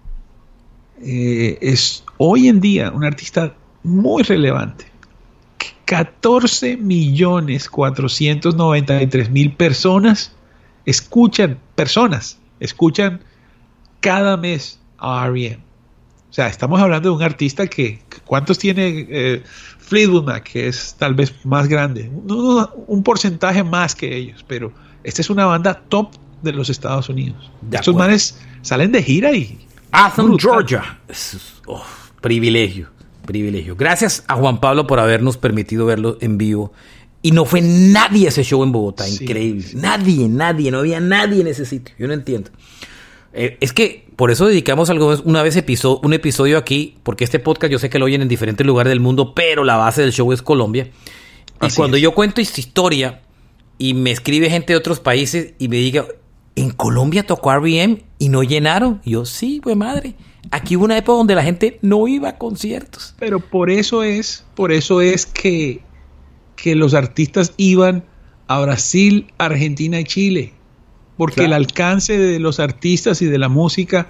Speaker 3: eh, es hoy en día un artista muy relevante. catorce millones cuatrocientos noventa y tres mil personas escuchan, personas escuchan cada mes a R E M. O sea, estamos hablando de un artista que, ¿cuántos tiene eh, Fleetwood Mac? Que es tal vez más grande. Un, un porcentaje más que ellos, pero esta es una banda top de los Estados Unidos. De Estos acuerdo. manes salen de gira y...
Speaker 2: Athens, Georgia. Oh, privilegio, privilegio. Gracias a Juan Pablo por habernos permitido verlo en vivo. Y no fue nadie ese show en Bogotá, sí, increíble. Sí. Nadie, nadie, no había nadie en ese sitio. Yo no entiendo. Eh, es que por eso dedicamos algo, una vez episodio, un episodio aquí, porque este podcast yo sé que lo oyen en diferentes lugares del mundo, pero la base del show es Colombia. Y Así cuando es. yo cuento esta historia y me escribe gente de otros países y me diga, ¿en Colombia tocó R E M y no llenaron? Y yo, sí, pues madre. Aquí hubo una época donde la gente no iba a conciertos.
Speaker 3: Pero por eso es, por eso es que, que los artistas iban a Brasil, Argentina y Chile. Porque claro. el alcance de los artistas y de la música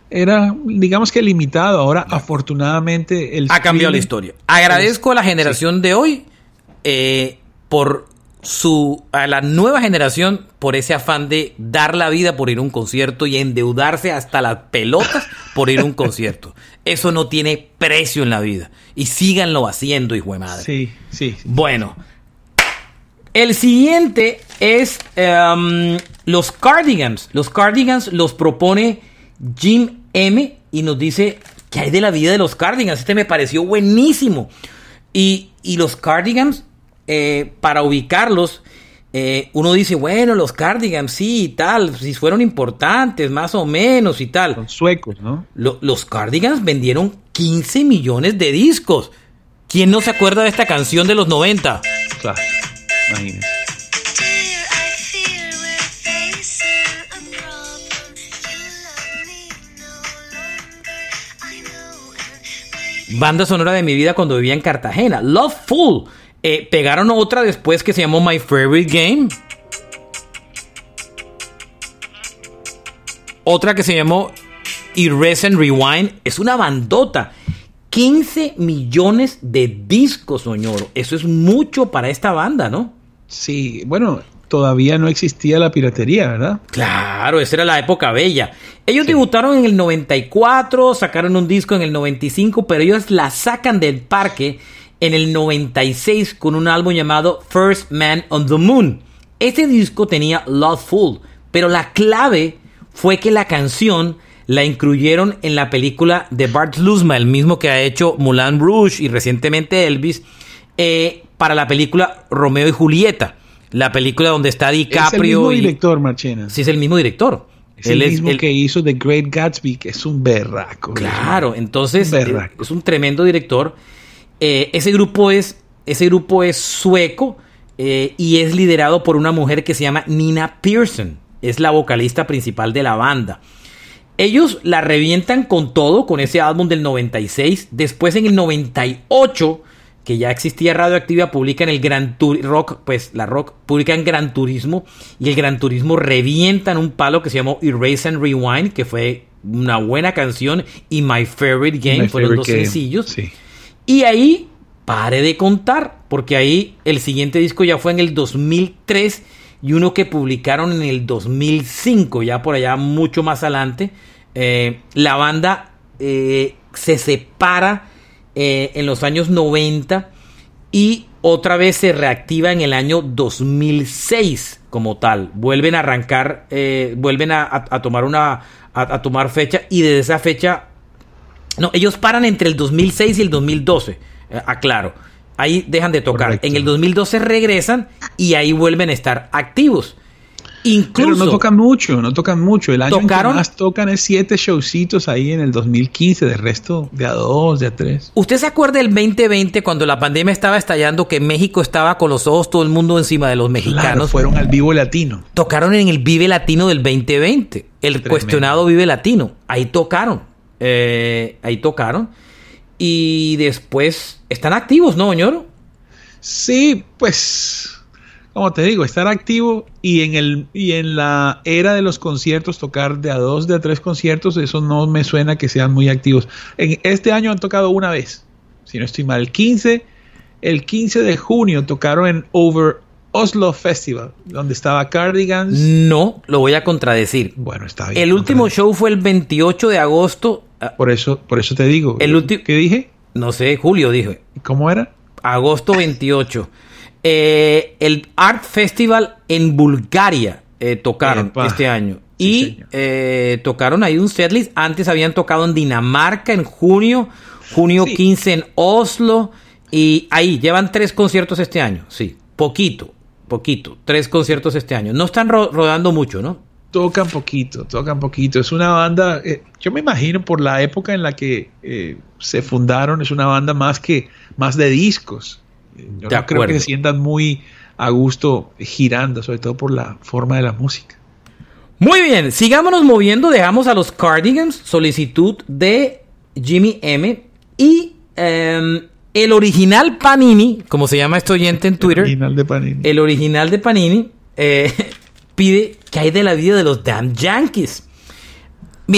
Speaker 3: era, digamos que limitado. Ahora, afortunadamente, el
Speaker 2: ha cambiado la historia. Agradezco a la generación sí. de hoy eh, por su a la nueva generación por ese afán de dar la vida por ir a un concierto y endeudarse hasta las pelotas por ir a un concierto. Eso no tiene precio en la vida. Y síganlo haciendo, hijo de madre.
Speaker 3: Sí, sí. sí.
Speaker 2: Bueno, el siguiente es um, los Cardigans. Los Cardigans los propone Jim M. y nos dice ¿qué hay de la vida de los Cardigans? Este me pareció buenísimo. Y, y los Cardigans, eh, para ubicarlos, eh, uno dice, bueno, los Cardigans, sí, y tal, si fueron importantes, más o menos, y tal.
Speaker 3: Son suecos, ¿no?
Speaker 2: Lo, los Cardigans vendieron quince millones de discos. ¿Quién no se acuerda de esta canción de los noventa?
Speaker 3: Claro, imagínense.
Speaker 2: Banda sonora de mi vida cuando vivía en Cartagena. Loveful. Eh, pegaron otra después que se llamó My Favorite Game. Otra que se llamó Erase and Rewind. Es una bandota. quince millones de discos, Oñoro. Eso es mucho para esta banda, ¿no?
Speaker 3: Sí, bueno, todavía no existía la piratería, ¿verdad?
Speaker 2: Claro, esa era la época bella. Ellos
Speaker 3: Sí.
Speaker 2: debutaron en el noventa y cuatro, sacaron un disco en el noventa y cinco, pero ellos la sacan del parque en el noventa y seis con un álbum llamado First Man on the Moon. Este disco tenía Loveful, pero la clave fue que la canción la incluyeron en la película de Bart Lusma, el mismo que ha hecho Moulin Rouge y recientemente Elvis, eh, para la película Romeo y Julieta, la película donde está DiCaprio.
Speaker 3: Es el mismo
Speaker 2: y...
Speaker 3: director, Marchena.
Speaker 2: Sí, es el mismo director.
Speaker 3: Es
Speaker 2: Él
Speaker 3: el mismo
Speaker 2: es el...
Speaker 3: que hizo The Great Gatsby, que es un berraco.
Speaker 2: Claro, entonces
Speaker 3: un
Speaker 2: eh,
Speaker 3: berraco.
Speaker 2: es un tremendo director. Eh, ese grupo es ese grupo es sueco eh, y es liderado por una mujer que se llama Nina Persson. Es la vocalista principal de la banda. Ellos la revientan con todo con ese álbum del noventa y seis. Después en el noventa y ocho, que ya existía Radioactiva, publican el Gran Tur- Rock, pues la Rock publican Gran Turismo y el Gran Turismo revientan un palo que se llamó Erase and Rewind, que fue una buena canción, y My Favorite Game
Speaker 3: My
Speaker 2: fueron
Speaker 3: Favorite
Speaker 2: dos
Speaker 3: Game,
Speaker 2: sencillos.
Speaker 3: sí.
Speaker 2: Y ahí pare de contar, porque ahí el siguiente disco ya fue en el dos mil tres y uno que publicaron en el dos mil cinco, ya por allá mucho más adelante. Eh, la banda eh, se separa eh, en los años noventa y otra vez se reactiva en el año dos mil seis como tal. Vuelven a arrancar, eh, vuelven a, a, a tomar una a, a tomar fecha, y desde esa fecha no, ellos paran entre el dos mil seis y el dos mil doce, eh, aclaro. Ahí dejan de tocar.
Speaker 3: Correcto.
Speaker 2: En el dos mil doce regresan y ahí vuelven a estar activos. Incluso
Speaker 3: Pero no tocan mucho, no tocan mucho. El año
Speaker 2: ¿Tocaron?
Speaker 3: en que más tocan es siete showcitos ahí en el dos mil quince, de resto de a dos, de a tres.
Speaker 2: ¿Usted se acuerda del veinte veinte cuando la pandemia estaba estallando, que México estaba con los ojos todo el mundo encima de los mexicanos?
Speaker 3: Claro, fueron al Vivo Latino.
Speaker 2: Tocaron en el Vive Latino del veinte veinte, el
Speaker 3: Tremendo.
Speaker 2: cuestionado Vive Latino. Ahí tocaron, eh, ahí tocaron. Y después están activos, ¿no, Oñoro?
Speaker 3: Sí, pues, como te digo, estar activo y en el y en la era de los conciertos, tocar de a dos, de a tres conciertos, eso no me suena que sean muy activos. En este año han tocado una vez, si no estoy mal, el quince, el quince de junio tocaron en Over Oslo Festival, donde estaba Cardigans.
Speaker 2: No, lo voy a contradecir.
Speaker 3: Bueno, está bien.
Speaker 2: El último
Speaker 3: contradictorio.
Speaker 2: show fue el veintiocho de agosto. ah,
Speaker 3: Por eso, por eso te digo.
Speaker 2: El ulti-
Speaker 3: ¿Qué dije?
Speaker 2: No sé, julio dije.
Speaker 3: ¿Cómo era?
Speaker 2: Agosto veintiocho. Eh, el Art Festival en Bulgaria eh, tocaron
Speaker 3: Epa.
Speaker 2: este año.
Speaker 3: Sí,
Speaker 2: y
Speaker 3: señor.
Speaker 2: eh, tocaron ahí un setlist. Antes habían tocado en Dinamarca en junio. Junio
Speaker 3: Sí.
Speaker 2: quince en Oslo. Y ahí llevan tres conciertos este año. Sí, poquito, poquito. Tres conciertos este año. No están ro- rodando mucho, ¿no?
Speaker 3: Tocan poquito, tocan poquito. Es una banda, eh, yo me imagino por la época en la que eh, se fundaron, es una banda más que más de discos. Eh, Yo
Speaker 2: De
Speaker 3: no creo
Speaker 2: acuerdo.
Speaker 3: que se sientan muy a gusto girando, sobre todo por la forma de la música.
Speaker 2: Muy bien, sigámonos moviendo. Dejamos a los Cardigans, solicitud de Jimmy M. Y eh, el original Panini, como se llama este oyente en Twitter,
Speaker 3: El original de Panini.
Speaker 2: el original de Panini, eh, pide que hay de la vida de los damn Yankees. Miren,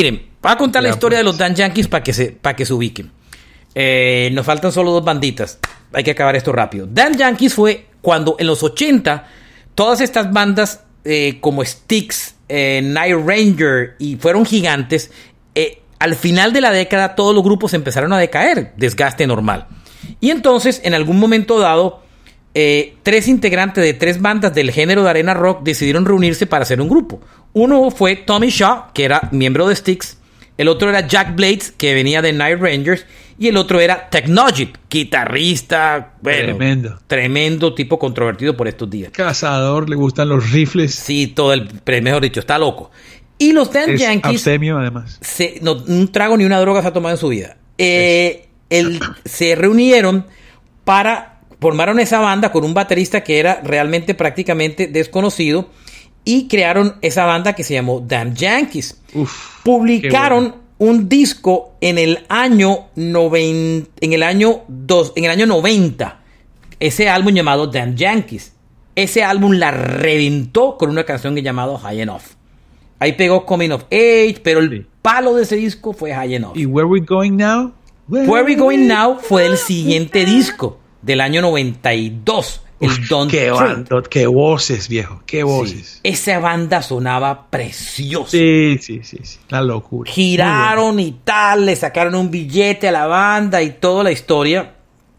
Speaker 2: Voy a contar
Speaker 3: Ya,
Speaker 2: la historia
Speaker 3: pues.
Speaker 2: de los Damn Yankees para que se, para que se ubiquen. Eh, nos faltan solo dos banditas. Hay que acabar esto rápido. Damn Yankees fue cuando en los ochenta todas estas bandas eh, como Styx, eh, Night Ranger y fueron gigantes. Eh, al final de la década todos los grupos empezaron a decaer, desgaste normal. Y entonces en algún momento dado eh, tres integrantes de tres bandas del género de arena rock decidieron reunirse para hacer un grupo. Uno fue Tommy Shaw, que era miembro de Styx. El otro era Jack Blades, que venía de Night Rangers. Y el otro era Technology, guitarrista, bueno,
Speaker 3: Tremendo.
Speaker 2: tremendo tipo controvertido por estos días.
Speaker 3: Cazador, le gustan los rifles.
Speaker 2: Sí, todo el, mejor dicho, está loco. Y los Damn
Speaker 3: Es
Speaker 2: Yankees,
Speaker 3: abstemio, además.
Speaker 2: se, no, un trago ni una droga se ha tomado en su vida. Eh, el, se reunieron para, formaron esa banda con un baterista que era realmente prácticamente desconocido y crearon esa banda que se llamó Damn Yankees.
Speaker 3: Uf,
Speaker 2: Publicaron
Speaker 3: qué bueno.
Speaker 2: un disco en el año noventa, en el año dos, en el año noventa. Ese álbum llamado Damn Yankees. Ese álbum la reventó con una canción llamada High Enough. Ahí pegó Coming of Age, pero el
Speaker 3: Sí.
Speaker 2: palo de ese disco fue High Enough.
Speaker 3: ¿Y Where We Going Now?
Speaker 2: Where We Going Now fue el siguiente disco del año noventa y dos. El
Speaker 3: Uf,
Speaker 2: Don't
Speaker 3: qué,
Speaker 2: Trip.
Speaker 3: banda, qué voces, viejo. Qué
Speaker 2: Sí.
Speaker 3: voces.
Speaker 2: Esa banda sonaba preciosa.
Speaker 3: Sí, sí, sí, sí. La locura. Muy
Speaker 2: Giraron y tal, le sacaron un billete a la banda y toda la historia.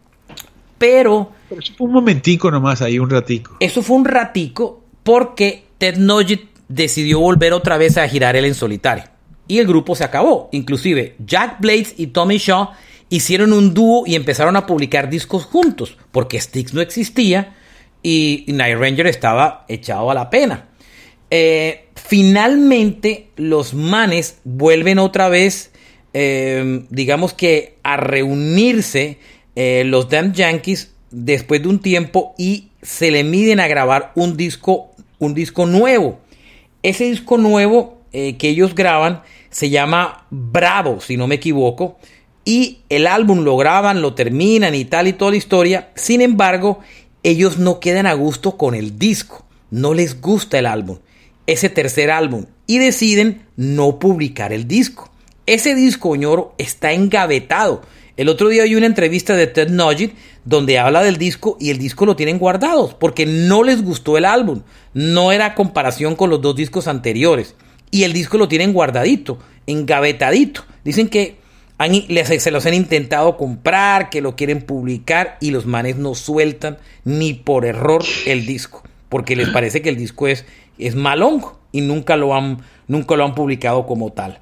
Speaker 2: Pero
Speaker 3: Pero eso fue un momentico nomás, ahí un ratico.
Speaker 2: eso fue un ratico porque Ted Nugent decidió volver otra vez a girar él en solitario. Y el grupo se acabó. Inclusive Jack Blades y Tommy Shaw hicieron un dúo y empezaron a publicar discos juntos. Porque Styx no existía y Night Ranger estaba echado a la pena. Eh, finalmente los manes vuelven otra vez, eh, digamos que a reunirse eh, los Damn Yankees después de un tiempo y se le miden a grabar un disco, un disco nuevo. Ese disco nuevo eh, que ellos graban se llama Bravo, si no me equivoco, y el álbum lo graban, lo terminan y tal y toda la historia. Sin embargo, ellos no quedan a gusto con el disco, no les gusta el álbum, ese tercer álbum, y deciden no publicar el disco. Ese disco, ñoro, está engavetado. El otro día hay una entrevista de Ted Nugent donde habla del disco y el disco lo tienen guardados porque no les gustó el álbum. No era comparación con los dos discos anteriores. Y el disco lo tienen guardadito, engavetadito. Dicen que han, les, se los han intentado comprar, que lo quieren publicar y los manes no sueltan ni por error el disco. Porque les parece que el disco es, es malongo y nunca lo han, nunca lo han publicado como tal.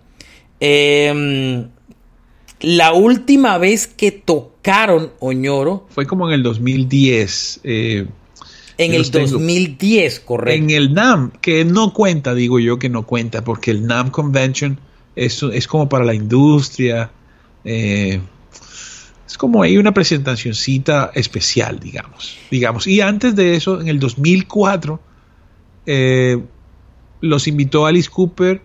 Speaker 2: Eh... La última vez que tocaron Oñoro
Speaker 3: Fue como en el dos mil diez. Eh,
Speaker 2: en el dos mil diez, correcto.
Speaker 3: En el NAMM, que no cuenta, digo yo que no cuenta, porque el NAMM Convention es, es como para la industria. Eh, es como ahí una presentacioncita especial, digamos. digamos. Y antes de eso, en el dos mil cuatro, eh, los invitó Alice Cooper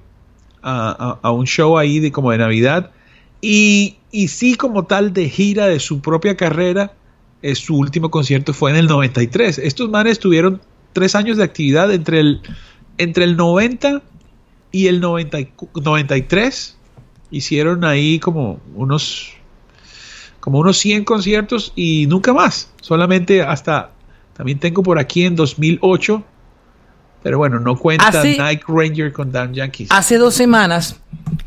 Speaker 3: a, a, a un show ahí de como de Navidad. Y, y sí, como tal, de gira de su propia carrera, eh, su último concierto fue en el noventa y tres. Estos manes tuvieron tres años de actividad entre el, entre el noventa y el noventa, noventa y tres. Hicieron ahí como unos, como unos cien conciertos y nunca más. Solamente hasta, también tengo por aquí en dos mil ocho, pero bueno, no cuenta
Speaker 2: Hace-
Speaker 3: Night Ranger con Damn Yankees.
Speaker 2: Hace dos semanas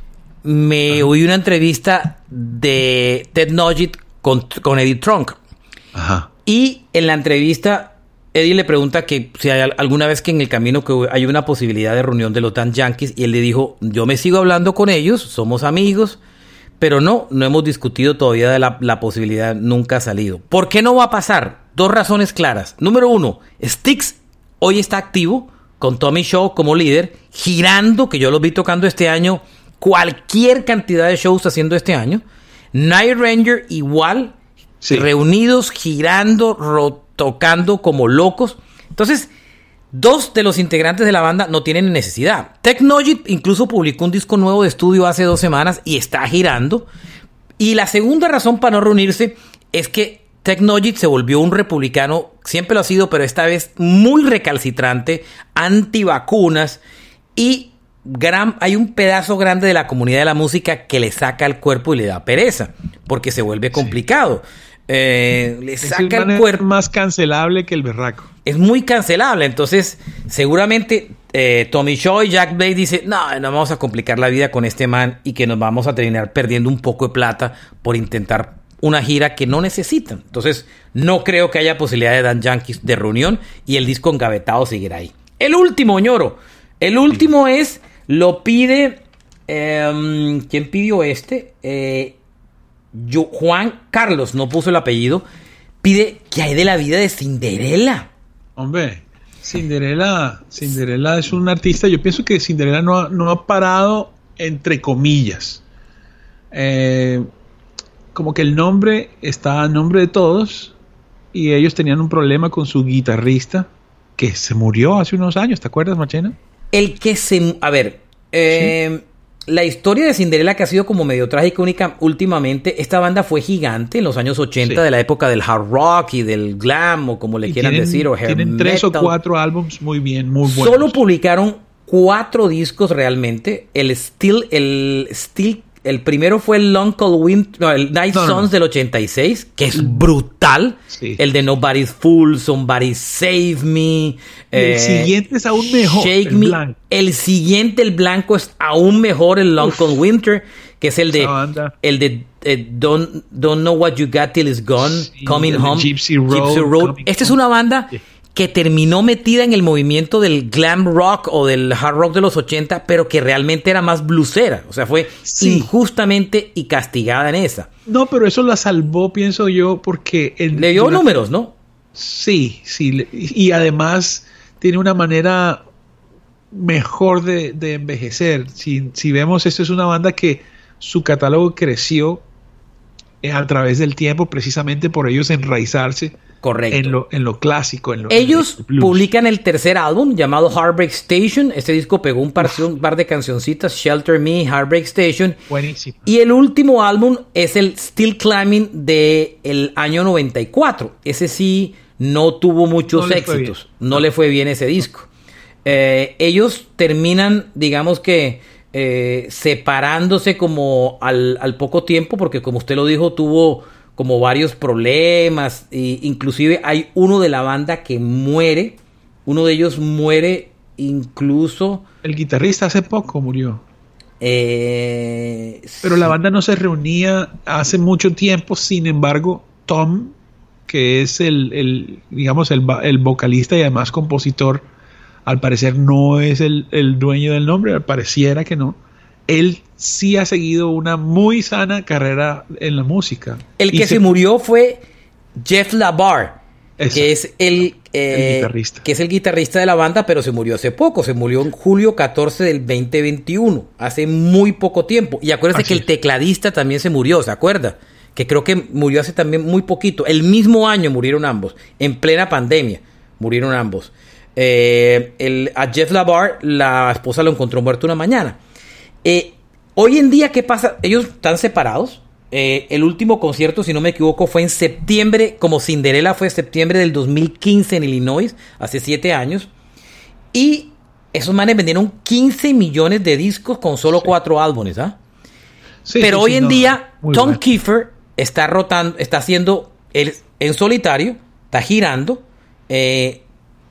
Speaker 2: me oí una entrevista de Ted Nugent con, con Eddie Trunk.
Speaker 3: Ajá.
Speaker 2: Y en la entrevista, Eddie le pregunta que si hay al- alguna vez que en el camino que hay una posibilidad de reunión de los Damn Yankees. Y él le dijo, yo me sigo hablando con ellos, somos amigos, pero no, no hemos discutido todavía de la, la posibilidad, nunca ha salido. ¿Por qué no va a pasar? Dos razones claras. Número uno, Styx hoy está activo con Tommy Shaw como líder, girando, que yo los vi tocando este año, cualquier cantidad de shows haciendo este año. Night Ranger igual,
Speaker 3: Sí.
Speaker 2: reunidos, girando, ro- tocando como locos. Entonces, dos de los integrantes de la banda no tienen necesidad. Ted Nugent incluso publicó un disco nuevo de estudio hace dos semanas y está girando. Y la segunda razón para no reunirse es que Ted Nugent se volvió un republicano, siempre lo ha sido, pero esta vez muy recalcitrante, antivacunas, y gran, hay un pedazo grande de la comunidad de la música que le saca el cuerpo y le da pereza, porque se vuelve complicado. Sí. Eh, le
Speaker 3: es
Speaker 2: saca
Speaker 3: el,
Speaker 2: el cuerpo.
Speaker 3: Más cancelable que el berraco.
Speaker 2: Es muy cancelable, entonces seguramente eh, Tommy Shaw y Jack Blake dicen, no, no vamos a complicar la vida con este man y que nos vamos a terminar perdiendo un poco de plata por intentar una gira que no necesitan. Entonces no creo que haya posibilidad de Dan Yankees de reunión y el disco engavetado seguirá ahí. El último, ñoro, el último sí. es, lo pide, eh, ¿quién pidió este? Eh, yo, Juan Carlos, no puso el apellido, pide que hay de la vida de Cinderella.
Speaker 3: Hombre, Cinderella, Cinderella es un artista, yo pienso que Cinderella no ha, no ha parado entre comillas. Eh, como que el nombre está a nombre de todos y ellos tenían un problema con su guitarrista que se murió hace unos años, ¿te acuerdas, Marchena?
Speaker 2: El que se... A ver, eh, ¿sí? La historia de Cinderella, que ha sido como medio trágica única últimamente, esta banda fue gigante en los años ochenta, sí. de la época del hard rock y del glam, o como le y quieran
Speaker 3: tienen,
Speaker 2: decir, o hair
Speaker 3: tienen
Speaker 2: metal.
Speaker 3: tres o cuatro álbumes muy bien, muy buenos.
Speaker 2: Solo publicaron cuatro discos realmente. El Still, el Still, el primero fue el Uncle Winter, no, el Night no, Sons no. del ochenta y seis, que es brutal. Sí. El de Nobody's Fool, Somebody Save Me.
Speaker 3: El eh, siguiente es aún mejor.
Speaker 2: Shake
Speaker 3: el
Speaker 2: Me.
Speaker 3: Blanco.
Speaker 2: El siguiente, el blanco, es aún mejor, el Uncle Winter, que es el de el de eh, don't, don't Know What You Got Till It's Gone, sí, Coming Home,
Speaker 3: Gypsy Road.
Speaker 2: Gypsy Road. Esta es una banda sí. que terminó metida en el movimiento del glam rock o del hard rock de los ochenta, pero que realmente era más bluesera. O sea, fue sí. injustamente y castigada en esa.
Speaker 3: No, pero eso la salvó, pienso yo, porque... El,
Speaker 2: le dio
Speaker 3: durante...
Speaker 2: números, ¿no?
Speaker 3: Sí, sí. Y además tiene una manera mejor de, de envejecer. Si, si vemos, esto es una banda que su catálogo creció a través del tiempo, precisamente por ellos enraizarse.
Speaker 2: Correcto.
Speaker 3: En lo, en lo clásico. En lo,
Speaker 2: Ellos
Speaker 3: en el
Speaker 2: publican el tercer álbum llamado Heartbreak Station. Este disco pegó un par, un par de cancioncitas, Shelter Me, Heartbreak Station.
Speaker 3: Buenísimo.
Speaker 2: Y el último álbum es el Still Climbing del año noventa y cuatro. Ese sí no tuvo muchos
Speaker 3: no
Speaker 2: éxitos. No, no le fue bien ese disco. Eh, ellos terminan, digamos que, eh, separándose como al, al poco tiempo, porque como usted lo dijo, tuvo como varios problemas, e inclusive hay uno de la banda que muere, uno de ellos muere incluso...
Speaker 3: El guitarrista hace poco murió.
Speaker 2: Eh,
Speaker 3: Pero
Speaker 2: sí.
Speaker 3: la banda no se reunía hace mucho tiempo, sin embargo, Tom, que es el, el digamos, el, el vocalista y además compositor, al parecer no es el, el dueño del nombre, pareciera que no. Él sí ha seguido una muy sana carrera en la música.
Speaker 2: El que se, se murió fue Jeff LaBar, Eso. que es el, eh,
Speaker 3: el guitarrista.
Speaker 2: que es el guitarrista de la banda, pero se murió hace poco. Se murió en julio catorce del veinte veintiuno, hace muy poco tiempo. Y acuérdese Así que el tecladista también se murió, ¿se acuerda? Que creo que murió hace también muy poquito. El mismo año murieron ambos, en plena pandemia murieron ambos. Eh, el, a Jeff LaBar, la esposa lo encontró muerto una mañana. Eh, hoy en día, ¿qué pasa? Ellos están separados. Eh, el último concierto, si no me equivoco, fue en septiembre, como Cinderella fue en septiembre del dos mil quince en Illinois, hace siete años. Y esos manes vendieron quince millones de discos con solo sí. cuatro álbumes, ¿ah? Sí, Pero sí, hoy sí, en no, día, Tom bueno. Kiefer está rotando, está haciendo él en solitario, está girando, eh,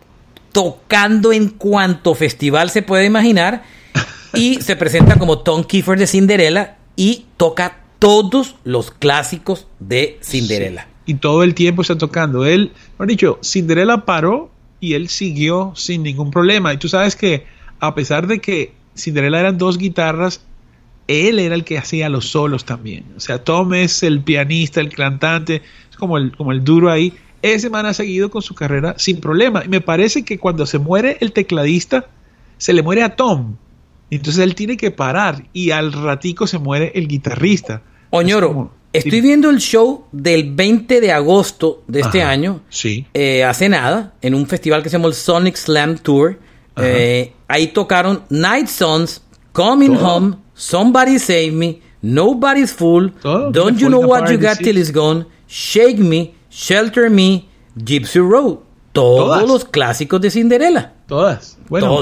Speaker 2: tocando en cuanto festival se puede imaginar. Y se presenta como Tom Kiefer de Cinderella y toca todos los clásicos de Cinderella.
Speaker 3: Sí, y todo el tiempo está tocando. Él, lo han dicho, Cinderella paró y él siguió sin ningún problema. Y tú sabes que a pesar de que Cinderella eran dos guitarras, él era el que hacía los solos también. O sea, Tom es el pianista, el cantante, es como el, como el duro ahí. Ese man ha seguido con su carrera sin problema. Y me parece que cuando se muere el tecladista, se le muere a Tom. Entonces él tiene que parar y al ratico se muere el guitarrista.
Speaker 2: Oñoro, como, estoy viendo el show del veinte de agosto de este Ajá, año,
Speaker 3: sí.
Speaker 2: eh, hace nada, en un festival que se llama el Sonic Slam Tour. Eh, ahí tocaron Night Sons, Coming Todo. Home, Somebody Save Me, Nobody's Fool, Todo. Don't You Know What You Got Till It's Gone, Shake Me, Shelter Me, Gypsy Road. Todos Todas. los clásicos de Cinderella.
Speaker 3: Todas. Bueno,
Speaker 2: Todas.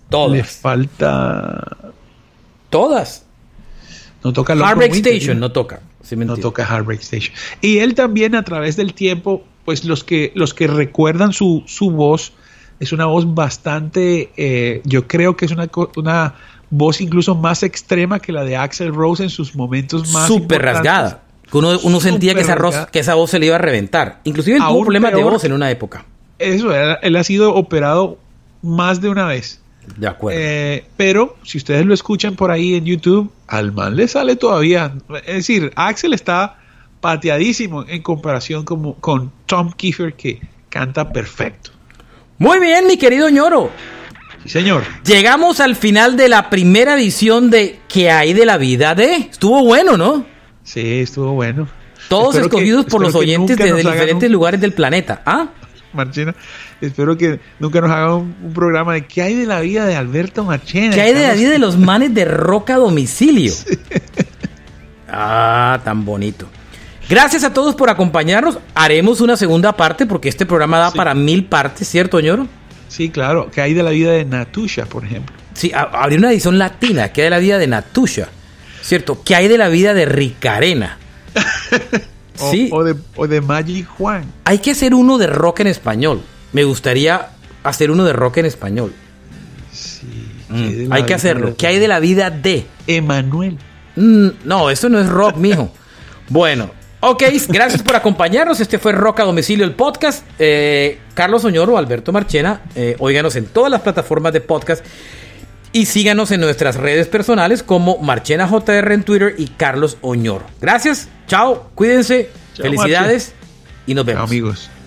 Speaker 2: Todas.
Speaker 3: Le falta...
Speaker 2: Todas.
Speaker 3: No toca
Speaker 2: Heartbreak Station, no toca. Sí,
Speaker 3: no toca Heartbreak Station. Y él también, a través del tiempo, pues los que, los que recuerdan su, su voz, es una voz bastante, eh, yo creo que es una, una voz incluso más extrema que la de Axl Rose en sus momentos más
Speaker 2: súper rasgada. Uno, uno sentía que esa, ros, que esa voz se le iba a reventar. Inclusive él tuvo problemas peor, de voz en una época.
Speaker 3: Eso, él, él ha sido operado más de una vez.
Speaker 2: De acuerdo.
Speaker 3: Eh, pero si ustedes lo escuchan por ahí en YouTube, al man le sale todavía. Es decir, Axl está pateadísimo en comparación con, con Tom Kiefer, que canta perfecto.
Speaker 2: Muy bien, mi querido ñoro.
Speaker 3: Sí, señor.
Speaker 2: Llegamos al final de la primera edición de ¿Qué hay de la vida de? Estuvo bueno, ¿no?
Speaker 3: Sí, estuvo bueno.
Speaker 2: Todos espero escogidos que, por los oyentes de diferentes un... lugares del planeta. ¿Ah?
Speaker 3: Marchena, espero que nunca nos hagan un, un programa de ¿qué hay de la vida de Alberto Marchena?
Speaker 2: ¿Qué hay de la vida de los manes de Roca Domicilio? Sí. Ah, tan bonito. Gracias a todos por acompañarnos. Haremos una segunda parte porque este programa da sí. para mil partes, ¿cierto, ñoro?
Speaker 3: Sí, claro. ¿Qué hay de la vida de Natusha, por ejemplo?
Speaker 2: Sí, habría una edición latina. ¿Qué hay de la vida de Natusha? ¿Cierto? ¿Qué hay de la vida de Ricarena?
Speaker 3: O, sí. o, de, o de Magic Juan.
Speaker 2: Hay que hacer uno de rock en español. Me gustaría hacer uno de rock en español.
Speaker 3: Sí.
Speaker 2: Mm, hay que hacerlo. De... ¿Qué hay de la vida de
Speaker 3: Emanuel?
Speaker 2: Mm, no, eso no es rock, mijo. Bueno, ok, gracias por acompañarnos. Este fue Rock a Domicilio, el podcast. Eh, Carlos Oñoro, Alberto Marchena. Eh, óiganos en todas las plataformas de podcast. Y síganos en nuestras redes personales como Marchena J R en Twitter y Carlos Oñoro. Gracias, chao, cuídense, chao, felicidades Marche. Y nos vemos.
Speaker 3: Chao, amigos.